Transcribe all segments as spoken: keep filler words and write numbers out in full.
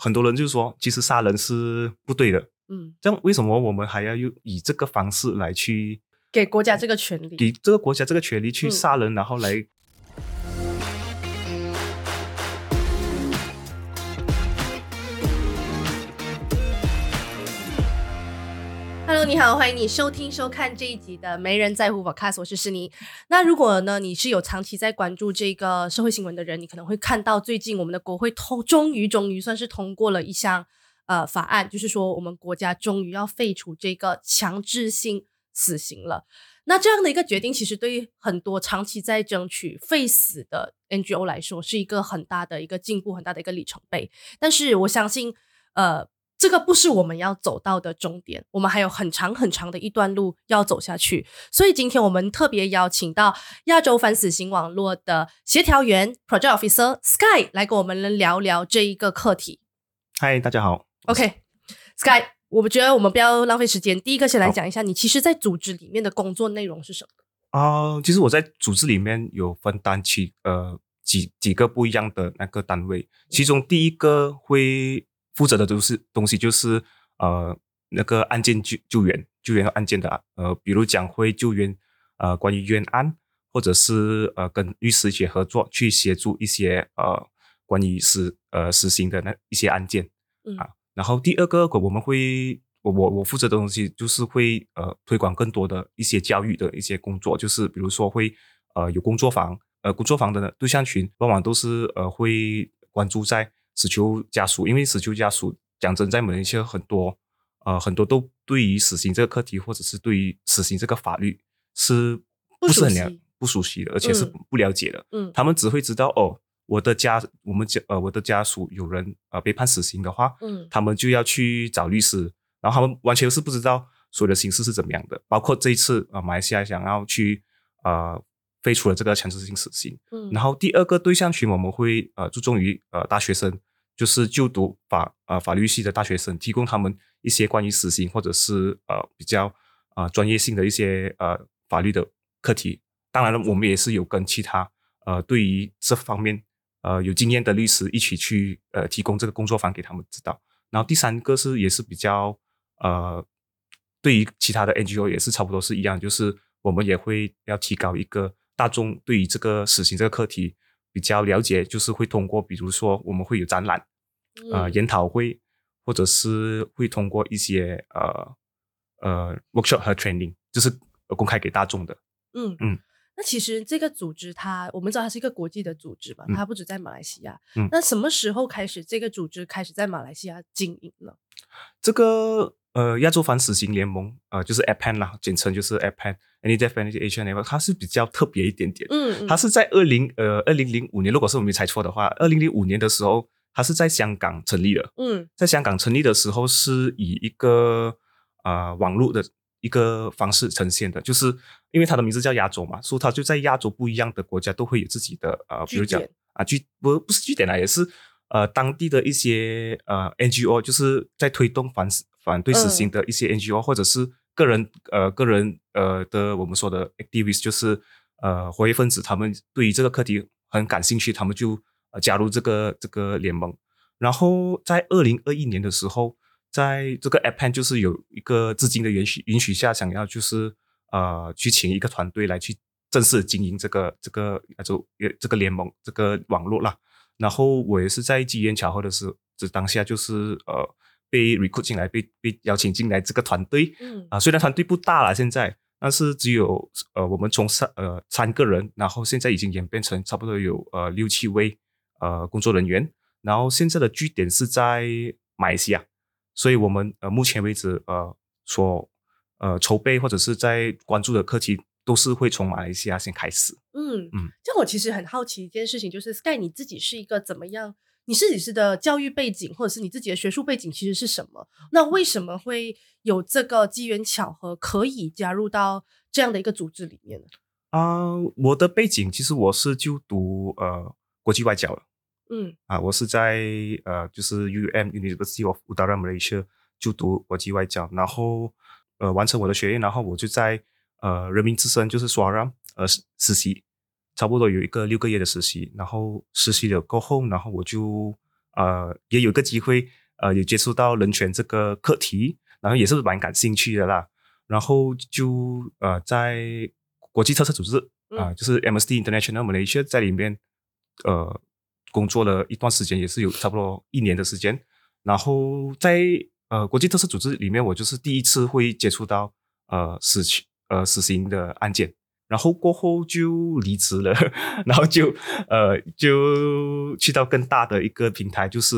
很多人就说其实杀人是不对的， 嗯， 这样为什么我们还要用以这个方式来去给国家这个权利， 给这个国家这个权利去杀人， 嗯、 然后来 Hello， 你好，欢迎你收听收看这一集的没人在乎 Podcast， 我是诗妮。那如果呢你是有长期在关注这个社会新闻的人，你可能会看到最近我们的国会通终于终于算是通过了一项呃法案，就是说我们国家终于要废除这个强制性死刑了。那这样的一个决定其实对于很多长期在争取废死的 N G O 来说是一个很大的一个进步，很大的一个里程碑。但是我相信呃这个不是我们要走到的终点，我们还有很长很长的一段路要走下去。所以今天我们特别邀请到亚洲反死刑网络的协调员 Project Officer Sky 来跟我们聊聊这一个课题。 嗨，大家好。 OK Sky， 我觉得我们不要浪费时间，第一个先来讲一下你其实在组织里面的工作内容是什么啊、呃？其实我在组织里面有分担起呃几几个不一样的那个单位，其中第一个会负责的都是东西就是呃那个案件救救援救援案件的呃，比如讲会救援呃关于冤案，或者是呃跟律师一起合作去协助一些呃关于死呃死刑的那一些案件、嗯、啊。然后第二个我们会我我我负责的东西就是会呃推广更多的一些教育的一些工作，就是比如说会呃有工作坊，呃工作坊的对象群往往都是呃会关注在死囚家属，因为死囚家属讲真在马来西亚很多呃很多都对于死刑这个课题或者是对于死刑这个法律是不是很了不熟悉的，而且是不了解的。嗯，他们只会知道哦，我的家我们家呃我的家属有人呃被判死刑的话，嗯，他们就要去找律师，然后他们完全是不知道所有的形式是怎么样的，包括这一次呃马来西亚想要去呃废除了这个强制性死刑。嗯，然后第二个对象群我们会呃注重于呃大学生，就是就读法呃法律系的大学生，提供他们一些关于死刑或者是呃比较呃专业性的一些呃法律的课题。当然了，我们也是有跟其他呃对于这方面呃有经验的律师一起去呃提供这个工作坊给他们知道。然后第三个是也是比较呃对于其他的 N G O 也是差不多是一样，就是我们也会要提高一个大众对于这个死刑这个课题比较了解，就是会通过比如说我们会有展览、呃研讨会，或者是会通过一些呃呃 workshop 和 training， 就是公开给大众的。 嗯嗯。那其实这个组织它我们知道它是一个国际的组织嘛，它不止在马来西亚、嗯、那什么时候开始这个组织开始在马来西亚经营呢？ 这个呃亚洲反死刑联盟呃就是 A P A N 啦，简称就是 A P A N Anti-Death Penalty Asia Network， 它是比较特别一点点。嗯，它是在二零呃二零零五年，如果是我没猜错的话，二零零五年的时候，它是在香港成立的。嗯，在香港成立的时候是以一个呃网络的一个方式呈现的，就是因为它的名字叫亚洲嘛，所以它就在亚洲不一样的国家都会有自己的呃，比如讲啊据不不是据点啦，也是呃当地的一些呃 N G O， 就是在推动反反对死刑的一些 N G O，、嗯、或者是个人呃个人呃的我们说的 activist， 就是呃活跃分子，他们对于这个课题很感兴趣，他们就呃加入这个这个联盟。然后在二零二一年的时候，在这个 A P A N 就是有一个资金的允许允许下，想要就是呃去请一个团队来去正式经营这个这个就这个联盟这个网络啦。然后我也是在机缘巧合的时候，这当下就是呃被 recruit 进来，被被邀请进来这个团队。嗯啊、呃，虽然团队不大了现在，但是只有呃我们从三呃三个人，然后现在已经演变成差不多有呃六七位呃工作人员。然后现在的据点是在马来西亚，所以我们呃目前为止呃所呃筹备或者是在关注的课题都是会从马来西亚先开始。 嗯嗯，这样我其实很好奇一件事情，就是 Sky 你自己是一个怎么样？你自己是的教育背景或者是你自己的学术背景其实是什么？那为什么会有这个机缘巧合可以加入到这样的一个组织里面呢？ 啊、呃，我的背景其实我是就读呃国际外交的。嗯啊，我是在呃，就是 U M University of Udara Malaysia 就读国际外交，然后呃完成我的学业，然后我就在呃人民之声就是 Suara 呃实习，差不多有一个六个月的实习，然后实习了过后，然后我就呃也有个机会呃有接触到人权这个课题，然后也是蛮感兴趣的啦。然后就呃在国际特色组织啊、呃，就是 Amnesty International Malaysia 在里面呃工作了一段时间，也是有差不多一年的时间。然后在呃国际特色组织里面，我就是第一次会接触到呃死刑呃死刑的案件。然后过后就离职了，然后就呃就去到更大的一个平台，就是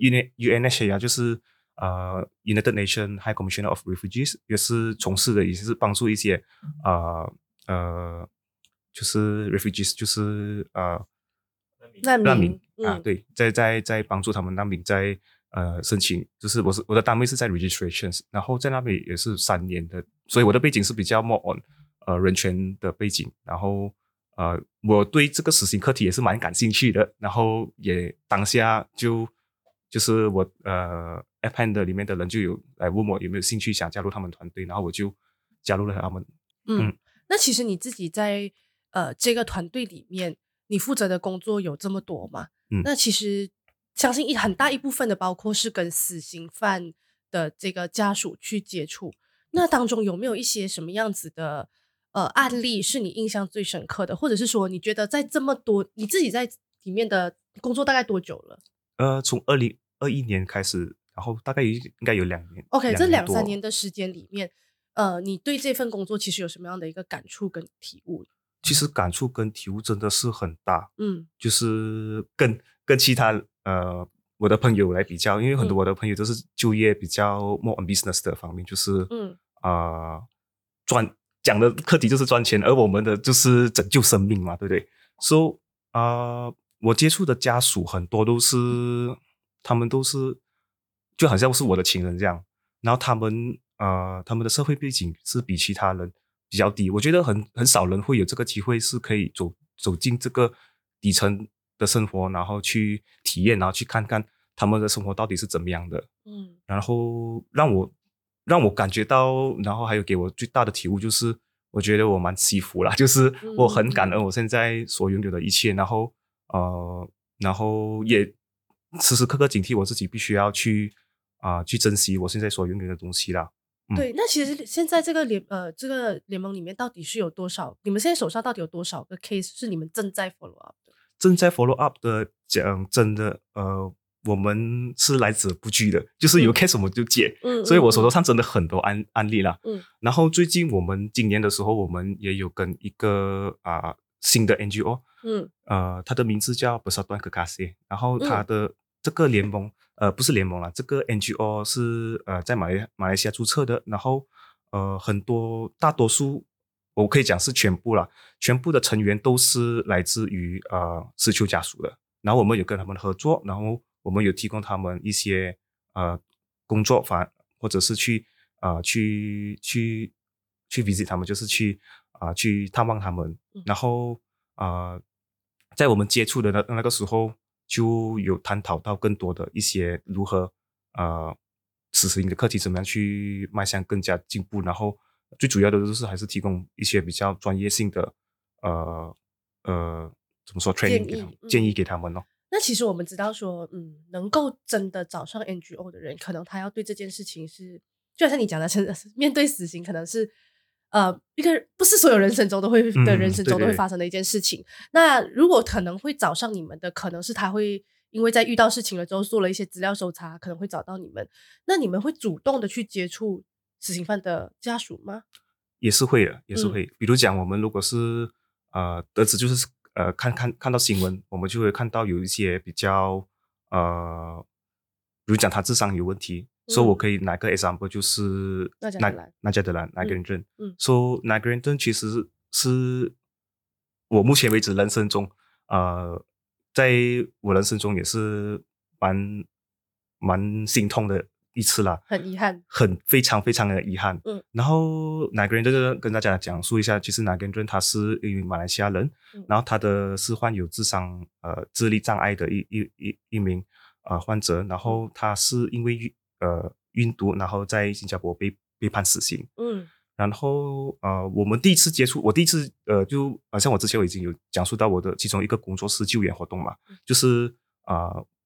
U N H C R， 就是呃 United Nations High Commissioner of Refugees， 也是从事的也是帮助一些呃呃就是 refugees， 就是呃难民难民啊， 嗯对，在在在帮助他们难民在呃申请，就是我是我的单位是在 registrations， 然后在那边也是三年的，所以我的背景是比较 more on 呃人权的背景，然后呃我对这个死刑课题也是蛮感兴趣的，然后也当下就就是我呃 App Hand 里面的人就有来问我有没有兴趣想加入他们团队，然后我就加入了他们。 嗯， 嗯， 那其实你自己在呃这个团队里面，你负责的工作有这么多嘛？ 嗯， 那其实相信一很大一部分的包括是跟死刑犯的这个家属去接触。那当中有没有一些什么样子的呃案例是你印象最深刻的，或者是说你觉得在这么多你自己在里面的工作大概多久了呃，从二零二一年开始，然后大概应该有两年 ？OK，这两三两年多。 年的时间里面，呃，你对这份工作其实有什么样的一个感触跟体悟？ 其实感触跟体悟真的是很大， 嗯就是跟跟其他呃我的朋友来比较，因为很多嗯我的朋友都是就业比较 more on business 的方面，就是嗯呃赚讲的课题就是赚钱，而我们的就是拯救生命嘛，对不对？So 啊、呃，我接触的家属很多都是他们都是就好像是我的亲人这样，然后他们呃他们的社会背景是比其他人比较低，我觉得很很少人会有这个机会是可以走走进这个底层的生活，然后去体验，然后去看看他们的生活到底是怎么样的， 嗯然后让我让我感觉到，然后还有给我最大的体悟就是，我觉得我蛮幸福啦，就是我很感恩嗯我现在所拥有的一切，然后呃，然后也时时刻刻警惕我自己，必须要去啊、呃去珍惜我现在所拥有的东西啦。嗯， 对，那其实现在这个联呃这个联盟里面到底是有多少？你们现在手上到底有多少个 case 是你们正在 follow up 的？ 正在 follow up 的讲真的，呃，我们是来者不拒的，就是有 case 我们就接， 嗯所以我手头嗯上真的很多案案例啦。 嗯然后最近我们今年的时候，我们也有跟一个啊、新的 N G O， 嗯呃，它的名字叫 Persatuan Kekasih，然后它嗯的这个联盟，呃，不是联盟啦，这个 N G O 是呃在马来马来西亚注册的，然后呃很多大多数我可以讲是全部啦，全部的成员都是来自于呃死囚家属的，然后我们有跟他们合作，然后我们有提供他们一些呃工作坊，或者是去呃去去去 visit 他们，就是去啊、呃去探望他们， 嗯然后呃在我们接触的那那个时候，就有探讨到更多的一些如何呃死刑的课题怎么样去迈向更加进步，然后最主要的就是还是提供一些比较专业性的呃呃怎么说 training 给他们建议建议嗯。 给他们哦。 那其实我们知道说，嗯，能够真的找上 N G O 的人，可能他要对这件事情是，就好像你讲的，真的是面对死刑，可能是呃一个不是所有人生中都会的人嗯， 生中都对对对。 会发生的一件事情。那如果可能会找上你们的，可能是他会因为在遇到事情了之后做了一些资料搜查，可能会找到你们。那你们会主动的去接触死刑犯的家属吗？ 也是会的，也是嗯会。比如讲，我们如果是呃得知就是呃看看看到新闻，我们就会看到有一些比较呃，比如讲他智商有问题，所以我嗯， 可以拿个 example，就是那那加德兰， 那加德兰那个嗯人证， 嗯说那个人证其实是我目前为止人生中呃，在我人生中也是蛮蛮心痛的一次啦， 很遗憾， 很非常非常的遗憾。 嗯然后哪个人这个跟大家讲述一下，其实哪个人他是一名马来西亚人， 嗯然后他的是患有智商呃智力障碍的一一一一名呃患者，然后他是因为晕呃晕毒，然后在新加坡被被判死刑。 嗯然后呃，我们第一次接触，我第一次呃，就好像我之前我已经有讲述到我的其中一个工作是救援活动嘛，就是呃，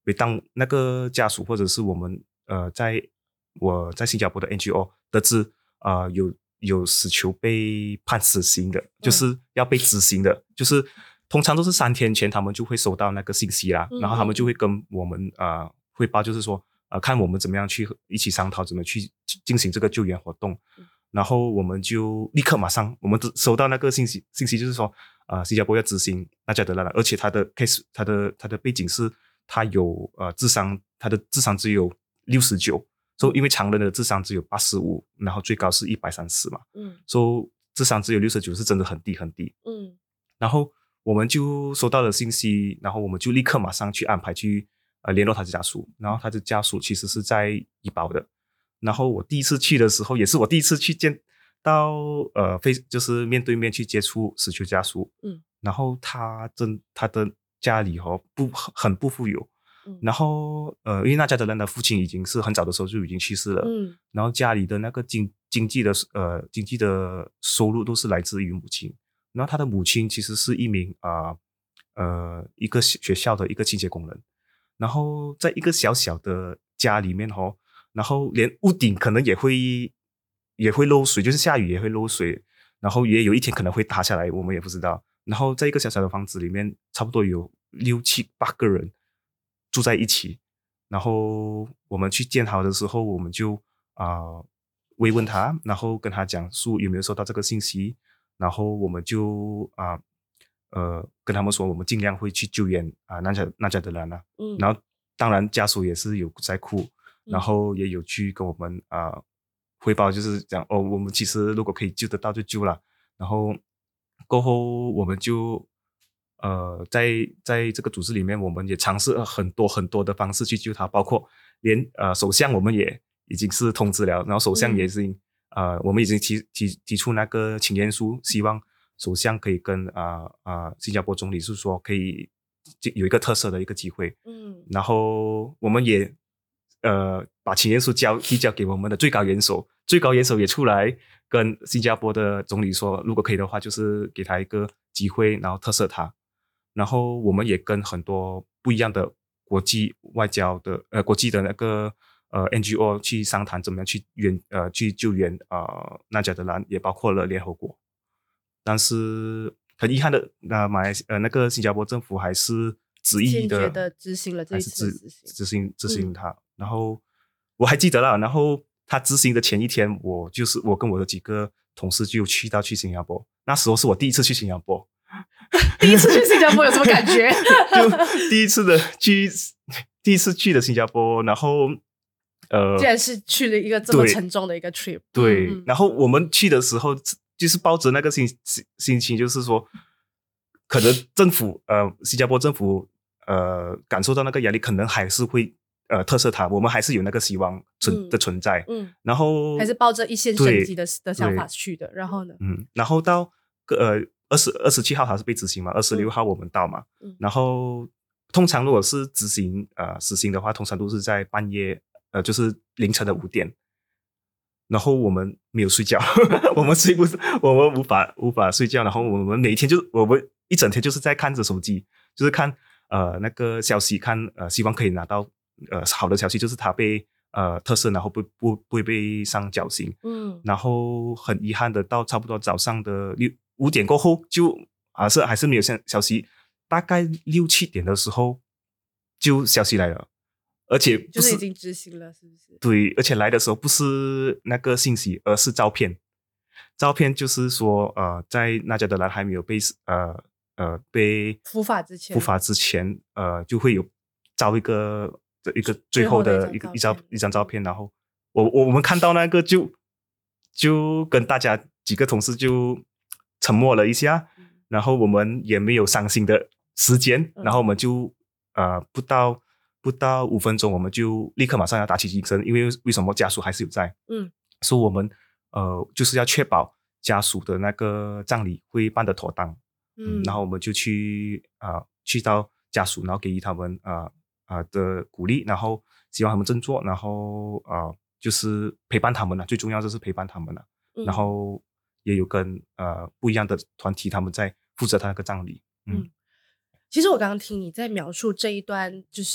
每当那个家属或者是我们呃在我在新加坡的 N G O 得知呃有有死囚被判死刑的，就是要被执行的，嗯、就是通常都是三天前他们就会收到那个信息啦，嗯、然后他们就会跟我们呃汇报，就是说呃看我们怎么样去一起商讨怎么去进行这个救援活动。嗯然后我们就立刻马上，我们收到那个信息，信息就是说，呃，新加坡要执行纳加德兰，而且他的 case， 他的他的背景是，他有呃智商，他的智商只有六十九，所以因为常人的智商只有八十五，然后最高是一百三十嘛，嗯，所以智商只有六十九是真的很低很低，嗯，然后我们就收到了信息，然后我们就立刻马上去安排去呃联络他的家属，然后他的家属其实是在怡保的。然后我第一次去的时候，也是我第一次去见到呃，非就是面对面去接触死囚家属。嗯，然后他真他的家里哦不很不富有，嗯，然后呃，因为纳加德兰的父亲已经是很早的时候就已经去世了，嗯，然后家里的那个经经济的呃经济的收入都是来自于母亲，然后他的母亲其实是一名啊 呃, 呃一个学校的一个清洁工人，然后在一个小小的家里面哦。然后连屋顶可能也会也会漏水，就是下雨也会漏水，然后也有一天可能会塌下来，我们也不知道。然后在一个小小的房子里面，差不多有六七八个人住在一起。然后我们去见他的时候，我们就啊、呃、慰问他，然后跟他讲述有没有收到这个信息，然后我们就啊 呃, 呃跟他们说，我们尽量会去救援啊纳加纳加德兰啊。嗯，然后当然家属也是有在哭。然后也有去跟我们啊、呃、汇报，就是讲哦，我们其实如果可以救得到就救了。然后过后我们就呃在在这个组织里面，我们也尝试了很多很多的方式去救他，包括连呃首相我们也已经是通知了，然后首相也是、嗯、呃我们已经提提提出那个请愿书，希望首相可以跟啊啊、呃呃、新加坡总理是说可以有一个特赦的一个机会。嗯，然后我们也。呃，把请愿书交递交给我们的最高元首，最高元首也出来跟新加坡的总理说，如果可以的话，就是给他一个机会，然后特赦他。然后我们也跟很多不一样的国际外交的呃国际的那个呃 N G O 去商谈，怎么样去援呃去救援呃纳加德兰，也包括了联合国。但是很遗憾的，那马来呃那个新加坡政府还是执意的， 坚决的执行了这一次执行执行执行它。嗯然后我还记得了，然后他执行的前一天，我就是我跟我的几个同事就去到去新加坡，那时候是我第一次去新加坡。 第一次去新加坡有什么感觉？ 就第一次的去，第一次去的新加坡，然后呃， 竟然是去了一个这么沉重的一个 trip。 对，嗯、然后我们去的时候就是抱着那个心心情，就是说，可能政府呃，新加坡政府呃，感受到那个压力，可能还是会。呃，特赦他，我们还是有那个希望存、嗯、的存在，嗯，然后还是抱着一线生机的的想法去的，然后呢， 嗯，然后到呃二十二十七号他是被执行嘛，二十六号我们到嘛，嗯，然后通常如果是执行呃死刑的话，通常都是在半夜，呃，就是凌晨的五点，然后我们没有睡觉，我们睡不，我们无法无法睡觉，然后我们每一天就我们一整天就是在看着手机，就是看呃那个消息，看呃希望可以拿到。呃，好的消息就是他被呃特赦，然后不不不会被上绞刑。嗯，然后很遗憾的，到差不多早上的六五点过后，就还是还是没有消消息。大概六七点的时候，就消息来了，而且不是就是已经执行了，是不是？ 对，而且来的时候不是那个信息，而是照片。照片就是说，呃，在纳加德兰还没有被呃呃被伏法之前， 伏法之前，呃，就会有照一个。的一个最后的一个一张一张照片，然后我我我们看到那个就就跟大家几个同事就沉默了一下，嗯、然后我们也没有伤心的时间，嗯、然后我们就呃不到不到五分钟，我们就立刻马上要打起精神，因为为什么家属还是有在，嗯，所以我们呃就是要确保家属的那个葬礼会办得妥当，嗯，嗯然后我们就去啊、呃、去到家属，然后给予他们啊。呃啊、呃、的鼓励，然后希望他们振作，然后啊、呃、就是陪伴他们了，最重要就是陪伴他们了，嗯、然后也有跟呃不一样的团体他们在负责他那个葬礼，嗯。 嗯其实我刚刚听你在描述这一段，就是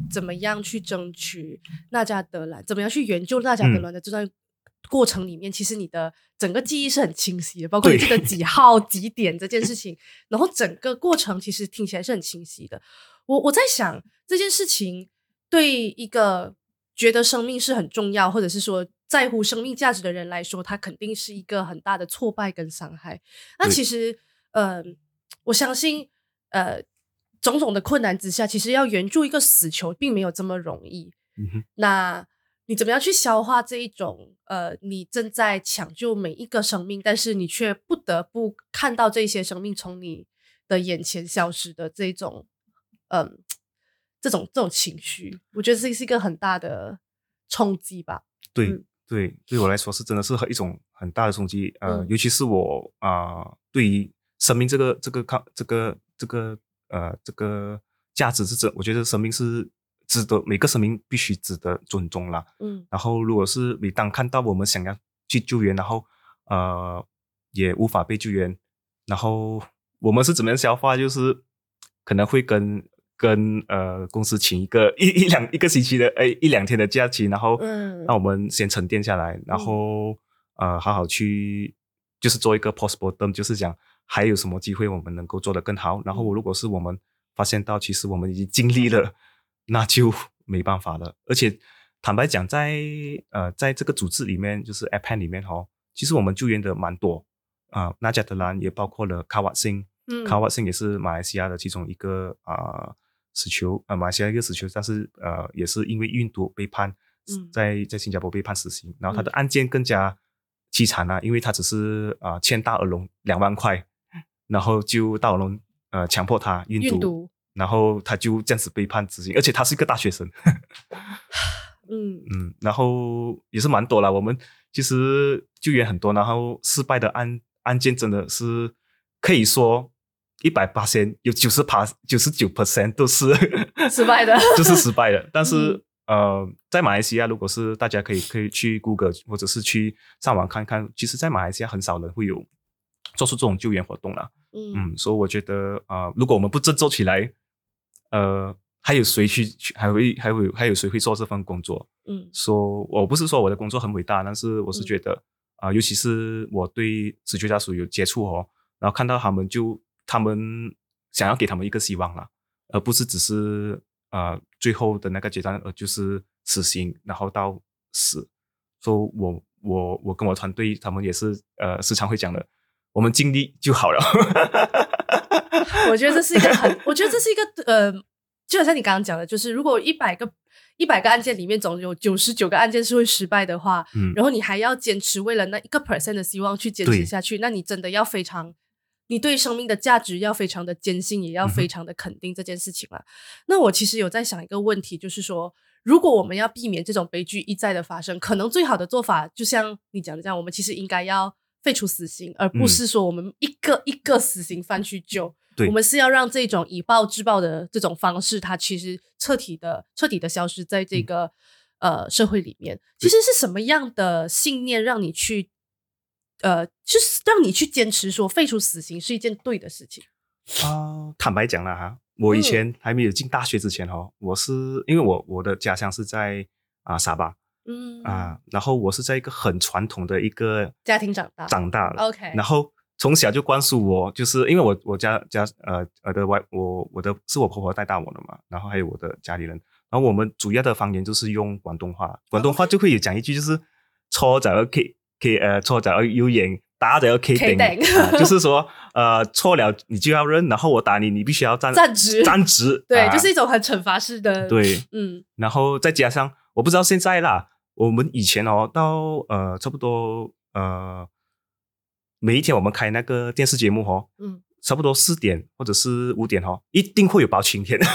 怎么样去争取纳加德兰，怎么样去援救纳加德兰的这段过程里面，嗯、其实你的整个记忆是很清晰的，包括你记得几号几点这件事情，然后整个过程其实听起来是很清晰的。我我在想这件事情对一个觉得生命是很重要，或者是说在乎生命价值的人来说，它肯定是一个很大的挫败跟伤害。那其实，呃，我相信，呃，种种的困难之下，其实要援助一个死囚，并没有这么容易。 嗯哼， 那你怎么样去消化这一种，呃，你正在抢救每一个生命，但是你却不得不看到这些生命从你的眼前消失的这种，嗯、呃，这种这种情绪，我觉得这是一个很大的冲击吧。 对、 嗯、 对，对我来说是真的是一种很大的冲击。呃， 嗯、 尤其是我啊、呃，对于生命这个这个靠这个这个呃这个价值是真，我觉得生命是值得每个生命必须值得尊重啦。 嗯， 然后如果是每当看到我们想要去救援，然后呃也无法被救援，然后我们是怎么样消化？就是可能会跟跟呃公司请一个一一两一个星期的诶一两天的假期，然后嗯让我们先沉淀下来，然后、嗯、呃好好去就是做一个 postmortem， 就是讲还有什么机会我们能够做得更好。然后如果是我们发现到其实我们已经尽力了，那就没办法了。而且坦白讲，在呃在这个组织里面，就是 A P A N 里面哈，其实我们救援的蛮多啊、呃，纳加德兰也包括了卡瓦辛，嗯，卡瓦辛也是马来西亚的其中一个啊、呃、死囚，呃马来西亚一个死囚，但是呃也是因为运毒被判，嗯、在在新加坡被判死刑，然后他的案件更加凄惨啊，因为他只是啊、呃、欠大耳窿两万块，然后就大耳窿呃强迫他运毒。运毒然后他就这样子被判死刑，而且他是一个大学生。嗯嗯，然后也是蛮多啦。我们其实救援很多，然后失败的案案件真的是可以说一百八千有九十趴九十九 percent 都是失败的， 就是失败的。但是、嗯、呃，在马来西亚，如果是大家可以可以去 Google 或者是去上网看看，其实在马来西亚很少人会有做出这种救援活动啦。嗯嗯，所以我觉得啊、呃，如果我们不振作起来，呃，还有谁去？还会还会还有谁会做这份工作？嗯，说、so, 我不是说我的工作很伟大，但是我是觉得啊、嗯呃，尤其是我对死囚家属有接触哦，然后看到他们就他们想要给他们一个希望啦，而不是只是呃最后的那个阶段，而就是死刑，然后到死。所、so, 以我我我跟我团队他们也是呃时常会讲的，我们尽力就好了。 我觉得这是一个很，我觉得这是一个呃，就好像你刚刚讲的，就是如果一百个一百个案件里面总有九十九个案件是会失败的话，嗯，然后你还要坚持为了那一个 percent 的希望去坚持下去，那你真的要非常，你对生命的价值要非常的坚信，也要非常的肯定这件事情了。嗯、那我其实有在想一个问题，就是说，如果我们要避免这种悲剧一再的发生，可能最好的做法，就像你讲的这样，我们其实应该要废除死刑，而不是说我们一个、嗯、一个死刑犯去救。我们是要让这种以暴制暴的这种方式，它其实彻底的、彻底的消失在这个、嗯、呃社会里面。其实是什么样的信念让你去，呃，就是让你去坚持说废除死刑是一件对的事情？ 啊、呃，坦白讲了哈，我以前还没有进大学之前哦，嗯、我是因为我我的家乡是在啊、呃、沙巴。嗯啊，然后我是在一个很传统的一个家庭长大， 长大了 ，OK， 然后从小就灌输我，就是因为我我家家呃呃的外我我的是我婆婆带大我的嘛，然后还有我的家里人，然后我们主要的方言就是用广东话，广东话就会有讲一句就是錯就要 K K 呃錯就要有贏，打就要 K 頂、啊，就是說呃錯了你就要認，然後我打你，你必須要站站直站直， 對、 啊， 就是一種很懲罰式的， 對， 嗯， 然後再加上我不知道現在啦。我們以前哦，到呃差不多呃每一天我們開那個電視節目哦，嗯，差不多四點或者是五點哦，一定會有包青天，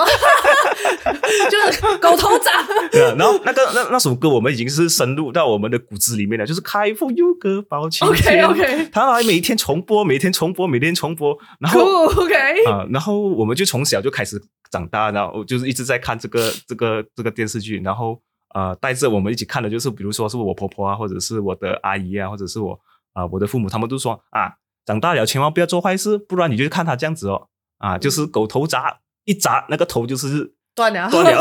就是狗頭鍘。 對啊，然後那個那那首歌我們已經是深入到我們的骨子裡面了，就是開封有個包青天 ，OK OK， 他還每一天重播，每天重播，每天重播，然後 cool, OK 啊、呃，然後我們就從小就開始長大，然後就是一直在看這個這個這個電視劇，然後。呃，帶着我們一起看的，就是比如說是我婆婆啊，或者是我的阿姨啊，或者是我啊、呃、我的父母，他們都說啊，長大了千萬不要做壞事，不然你就看他這樣子哦，啊，就是狗頭鍘，一鍘那個頭就是断了， 断了。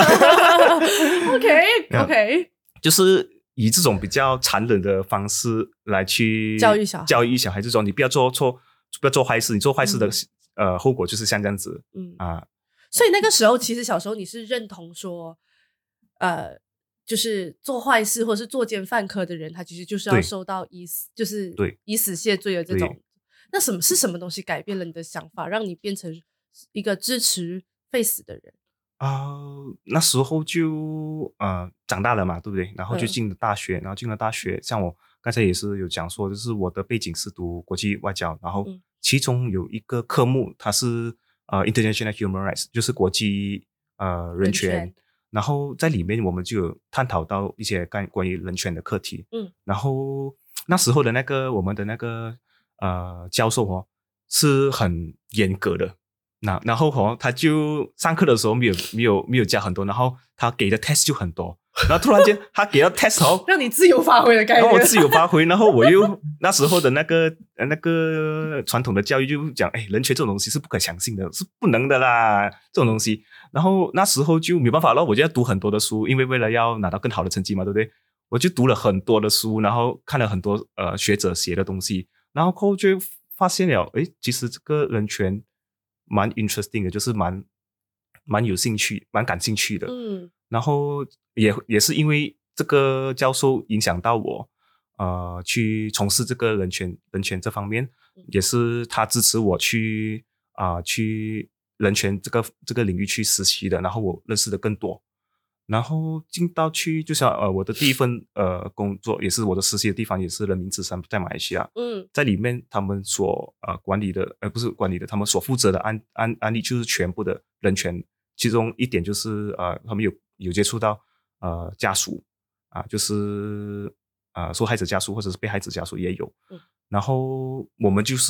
OK OK， 就是以这种比较残忍的方式来去教育小孩， 教育小孩，这种你不要做错，不要做坏事，你做坏事的、嗯、呃后果就是像这样子，嗯啊。 所以那个时候，其实小时候你是认同说，呃，就是做坏事或是作奸犯科的人，他其实就是要受到以死，就是以死谢罪的这种。那什么是什么东西改变了你的想法，让你变成一个支持废死的人？ 啊、呃，那时候就呃长大了嘛，对不对？然后就进了大学，嗯、然后进了大学，像我刚才也是有讲说，就是我的背景是读国际外交，然后其中有一个科目它是呃 International Human Rights， 就是国际呃人权，人权然后在里面我们就有探讨到一些关关于人权的课题，嗯，然后那时候的那个我们的那个呃教授哦是很严格的。那然后哦，他就上课的时候没有没有没有教很多，然后他给的 test 就很多，然后突然间他给了 test 哦， 让你自由发挥的概念。 然后我自由发挥，然后我又那时候的那个那个传统的教育就讲，哎，人权这种东西是不可相信的，是不能的啦，这种东西。然后那时候就没办法了，我就要读很多的书，因为为了要拿到更好的成绩嘛，对不对？我就读了很多的书，然后看了很多呃学者写的东西，然后后就发现了，哎，其实这个人权蛮 interesting 的，就是蛮蛮有兴趣、蛮感兴趣的。嗯，然后也也是因为这个教授影响到我，呃，去从事这个人权人权这方面，也是他支持我去啊、呃、去人权这个这个领域去实习的，然后我认识的更多。然后进到去，就像呃我的第一份呃工作，也是我的实习的地方，也是人民之山，在马来西亚。嗯，在里面他们所呃管理的，呃不是管理的，他们所负责的案案案例就是全部的人权。其中一点就是呃他们有有接触到呃家属啊、呃，就是呃受害者家属或者是被害者家属也有。嗯，然后我们就是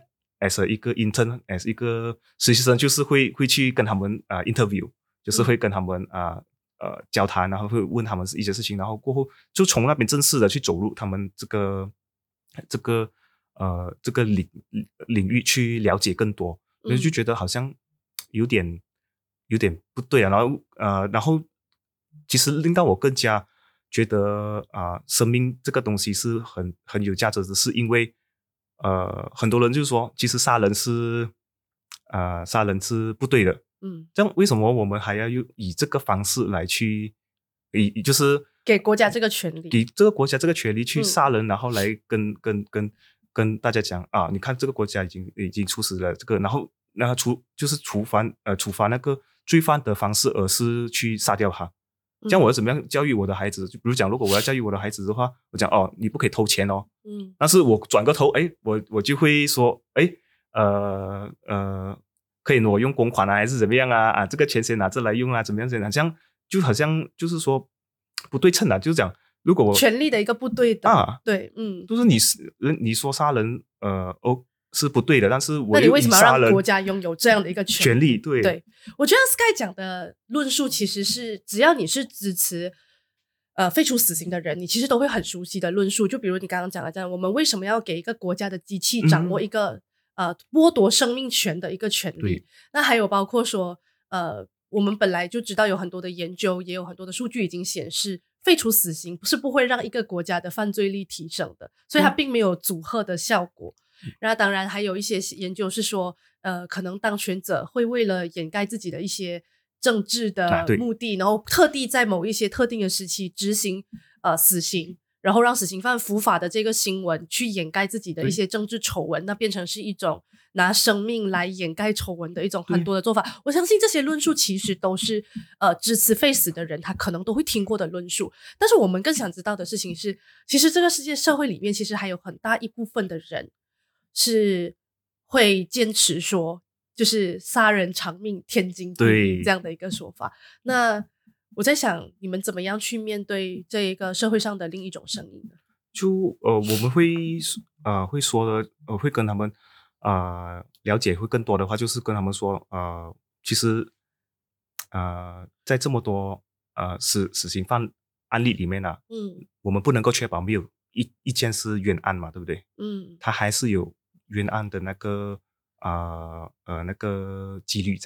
as 一个 intern，as 一个实习生，就是会会去跟他们啊、呃、interview， 就是会跟他们啊。呃呃，交谈，然后会问他们一些事情，然后过后就从那边正式的去走入他们这个这个呃这个领领域去了解更多，所以就觉得好像有点有点不对啊。然后呃，然后其实令到我更加觉得啊、呃，生命这个东西是很很有价值的，是因为呃很多人就说，其实杀人是啊、呃、杀人是不对的。嗯，这样为什么我们还要用以这个方式来去，以就是给国家这个权利， 给这个国家这个权利去杀人，嗯、然后来跟跟跟跟大家讲啊，你看这个国家已经已经处死了这个，然后然后处就是处罚呃处罚那个罪犯的方式，而是去杀掉他。这样我要怎么样教育我的孩子？就比如讲，如果我要教育我的孩子的话，我讲哦，你不可以偷钱哦。嗯，但是我转个头，哎，我我就会说，哎，呃呃。可以挪用公款啊，还是怎么样啊？啊，这个钱先拿着来用啊，怎么样？怎么样？这样就好像就是说不对称的，就是讲如果我权力的一个不对等啊， 对，嗯， 就是你你说杀人，呃，哦是不对的，但是我那你为什么要让国家拥有这样的一个权权利？对， 对，我觉得 Sky 讲的论述其实是，只要你是支持呃废除死刑的人，你其实都会很熟悉的论述。就比如你刚刚讲的这样，我们为什么要给一个国家的机器掌握一个、嗯呃，剥夺生命权的一个权利？那还有包括说，呃，我们本来就知道有很多的研究，也有很多的数据已经显示，废除死刑是不会让一个国家的犯罪率提升的，所以它并没有阻吓的效果。嗯、那当然还有一些研究是说，呃，可能当权者会为了掩盖自己的一些政治的目的，啊、然后特地在某一些特定的时期执行呃死刑。然后让死刑犯伏法的这个新闻去掩盖自己的一些政治丑闻，那变成是一种拿生命来掩盖丑闻的一种很多的做法。我相信这些论述其实都是呃支持废死的人他可能都会听过的论述。但是我们更想知道的事情是，其实这个世界社会里面其实还有很大一部分的人是会坚持说，就是杀人偿命天经地义这样的一个说法。那我在想，你们怎么样去面对这一个社会上的另一种声音呢？ 就呃，我们会呃会说的，呃，会跟他们呃了解会更多的话，就是跟他们说，呃，其实呃，在这么多呃死死刑犯案例里面呢、啊，嗯，我们不能够确保没有一一件是冤案嘛，对不对？嗯，他还是有冤案的那个呃呃那个几率在。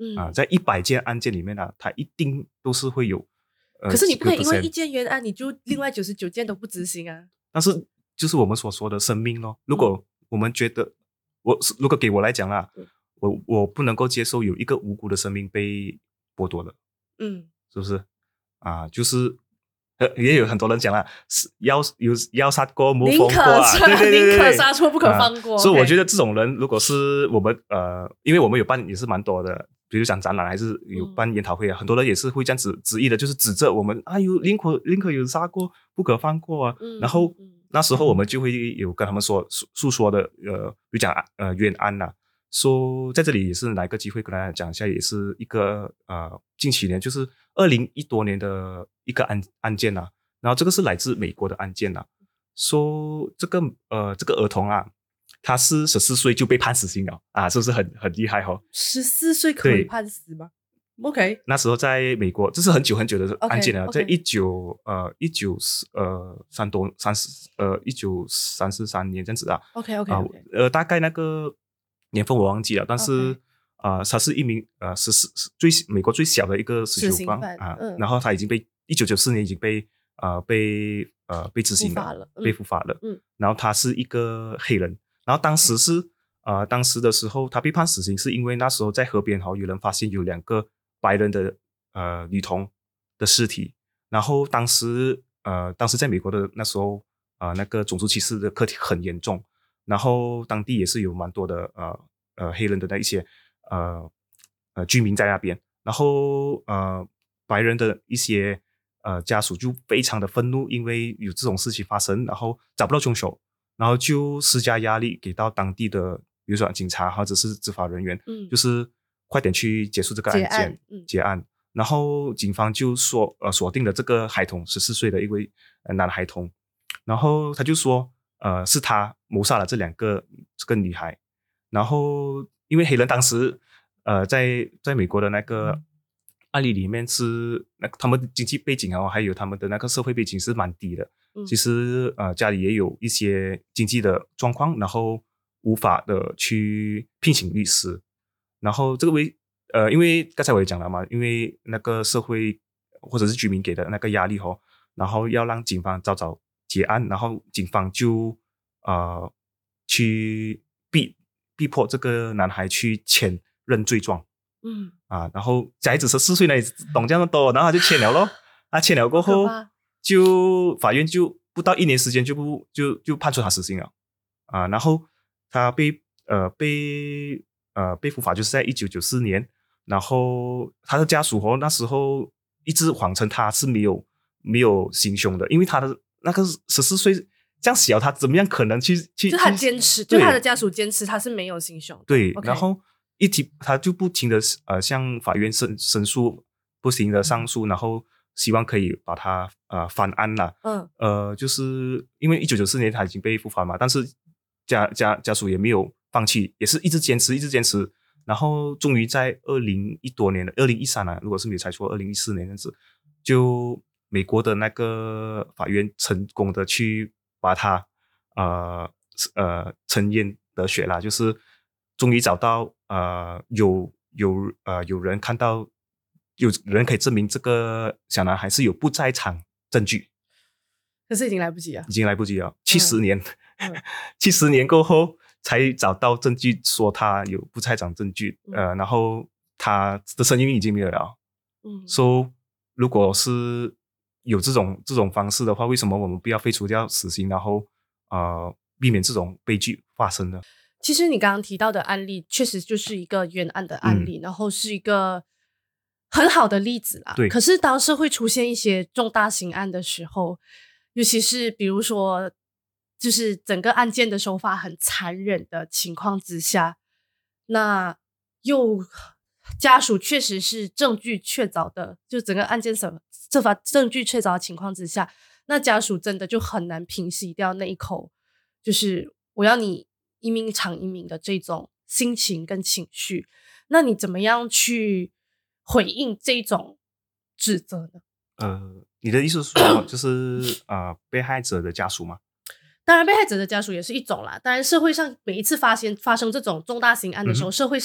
嗯啊，在一百件案件里面啊，它一定都是会有。呃、 可是你不可以因为几个 percent 一件冤案，你就另外九十九件都不执行啊。 但是就是我们所说的生命咯。如嗯果我们觉得，我如果给我来讲啦， 嗯我我不能够接受有一个无辜的生命被剥夺了， 嗯， 是不是？啊，就是呃，也有很多人讲啦，是要有要杀过莫宁可放过啊， 杀对对对对宁可对， 杀错不可放过。 啊所以我觉得得这种人，如果是我们呃，因为我们有办也是蛮多的，比如讲展览还是有办研讨会啊，很多人也是会这样子执意的，就是指责我们啊，有宁可宁可有杀过不可放过啊。 嗯然后嗯嗯那时候我们就会有跟他们说诉诉说的，呃，比如讲呃冤案呐、说在这里也是拿一个机会跟大家讲一下，也是一个呃近几年就是二零一多年的一个案案件呐、然后这个是来自美国的案件呐、说这个呃这个儿童啊，他是十四岁就被判死刑了啊，是不是很很厉害哦？ 十四岁可以对判死吗？OK， 那时候在美国，这是很久很久的案件了 OK，OK 在一九呃一九呃三多三十呃一九三四三年这样子啊。 OK OK 啊 OK， 呃大概那个年份我忘记了，但是 OK 啊、呃他是一名呃十四最美国最小的一个死囚死刑犯犯啊， 嗯然后他已经被一九九四年已经被呃被呃被执行伏法了嗯被伏法了， 嗯然后他是一个黑人，然后当时是呃当时的时候他被判死刑，是因为那时候在河边哈有人发现有两个白人的呃女童的尸体，然后当时呃当时在美国的那时候啊、呃、那个种族歧视的课题很严重，然后当地也是有蛮多的呃呃黑人的那一些呃呃居民在那边，然后呃白人的一些呃家属就非常的愤怒，因为有这种事情发生，然后找不到凶手，然后就施加压力给到当地的比如说警察或者是执法人员， 嗯就是快点去结束这个案结件案嗯结案。然后警方就说呃锁定了这个孩童十四岁的一位、呃、男孩童，然后他就说呃是他谋杀了这两个这个女孩，然后因为黑人当时呃在在美国的那个案例里面是那他们的经济背景哦，还有他们的那个社会背景是蛮低的， 嗯其实呃家里也有一些经济的状况，然后无法的去聘请律师，然后这个为呃，因为刚才我也讲了嘛，因为那个社会或者是居民给的那个压力哦，然后要让警方早早结案，然后警方就呃去逼逼迫这个男孩去签认罪状嗯， 啊，然后小孩子十四岁呢，懂这样多，然后他就签了咯，他签了过后好可怕， 就法院就不到一年时间就不就就判处他死刑了啊，然后他被呃被呃被伏法就是在一九九四年。然后他的家属哦，那时候一直谎称他是没有没有行凶的，因为他的那个十四岁这样小，他怎么样可能去去？ 就他坚持，就他的家属坚持他是没有行凶的。 对， OK 然后一提他就不停的呃向法院申申诉，不停的上诉，然后希望可以把他呃翻案啦。 嗯呃，就是因为一九九四年他已经被伏法嘛，但是家家家属也没有放弃，也是一直坚持，一直坚持。然后终于在二零一多年的二零一三啊，如果是没有猜错，二零一四年这样子，就美国的那个法院成功的去把他呃呃沉冤得雪啦，就是终于找到呃有有呃有人看到有人可以证明这个小男孩是有不在场证据， 可是已经来不及了已。经来不及了，七十年， 嗯七十年过后才找到证据说他有不在场证据， 嗯呃，然后他的声音已经没有了。 嗯， 说、so, 如果是有这种这种方式的话，为什么我们不要废除掉死刑，然后呃避免这种悲剧发生呢？ 其实你刚刚提到的案例，确实就是一个冤案的案例，然后是一个很好的例子啦。 对可是当社会出现一些重大刑案的时候，尤其是比如说，就是整个案件的手法很残忍的情况之下，那又家属确实是证据确凿的，就整个案件手这法证据确凿的情况之下，那家属真的就很难平息掉那一口，就是我要你一命偿一命的这种心情跟情绪。那你怎么样去回应这种指责呢？ 呃，你的意思是说，就是呃被害者的家属吗？ 当然被害者的家属也是一种啦，当然社会上每一次发现发生这种重大刑案的时候、 嗯、 社会上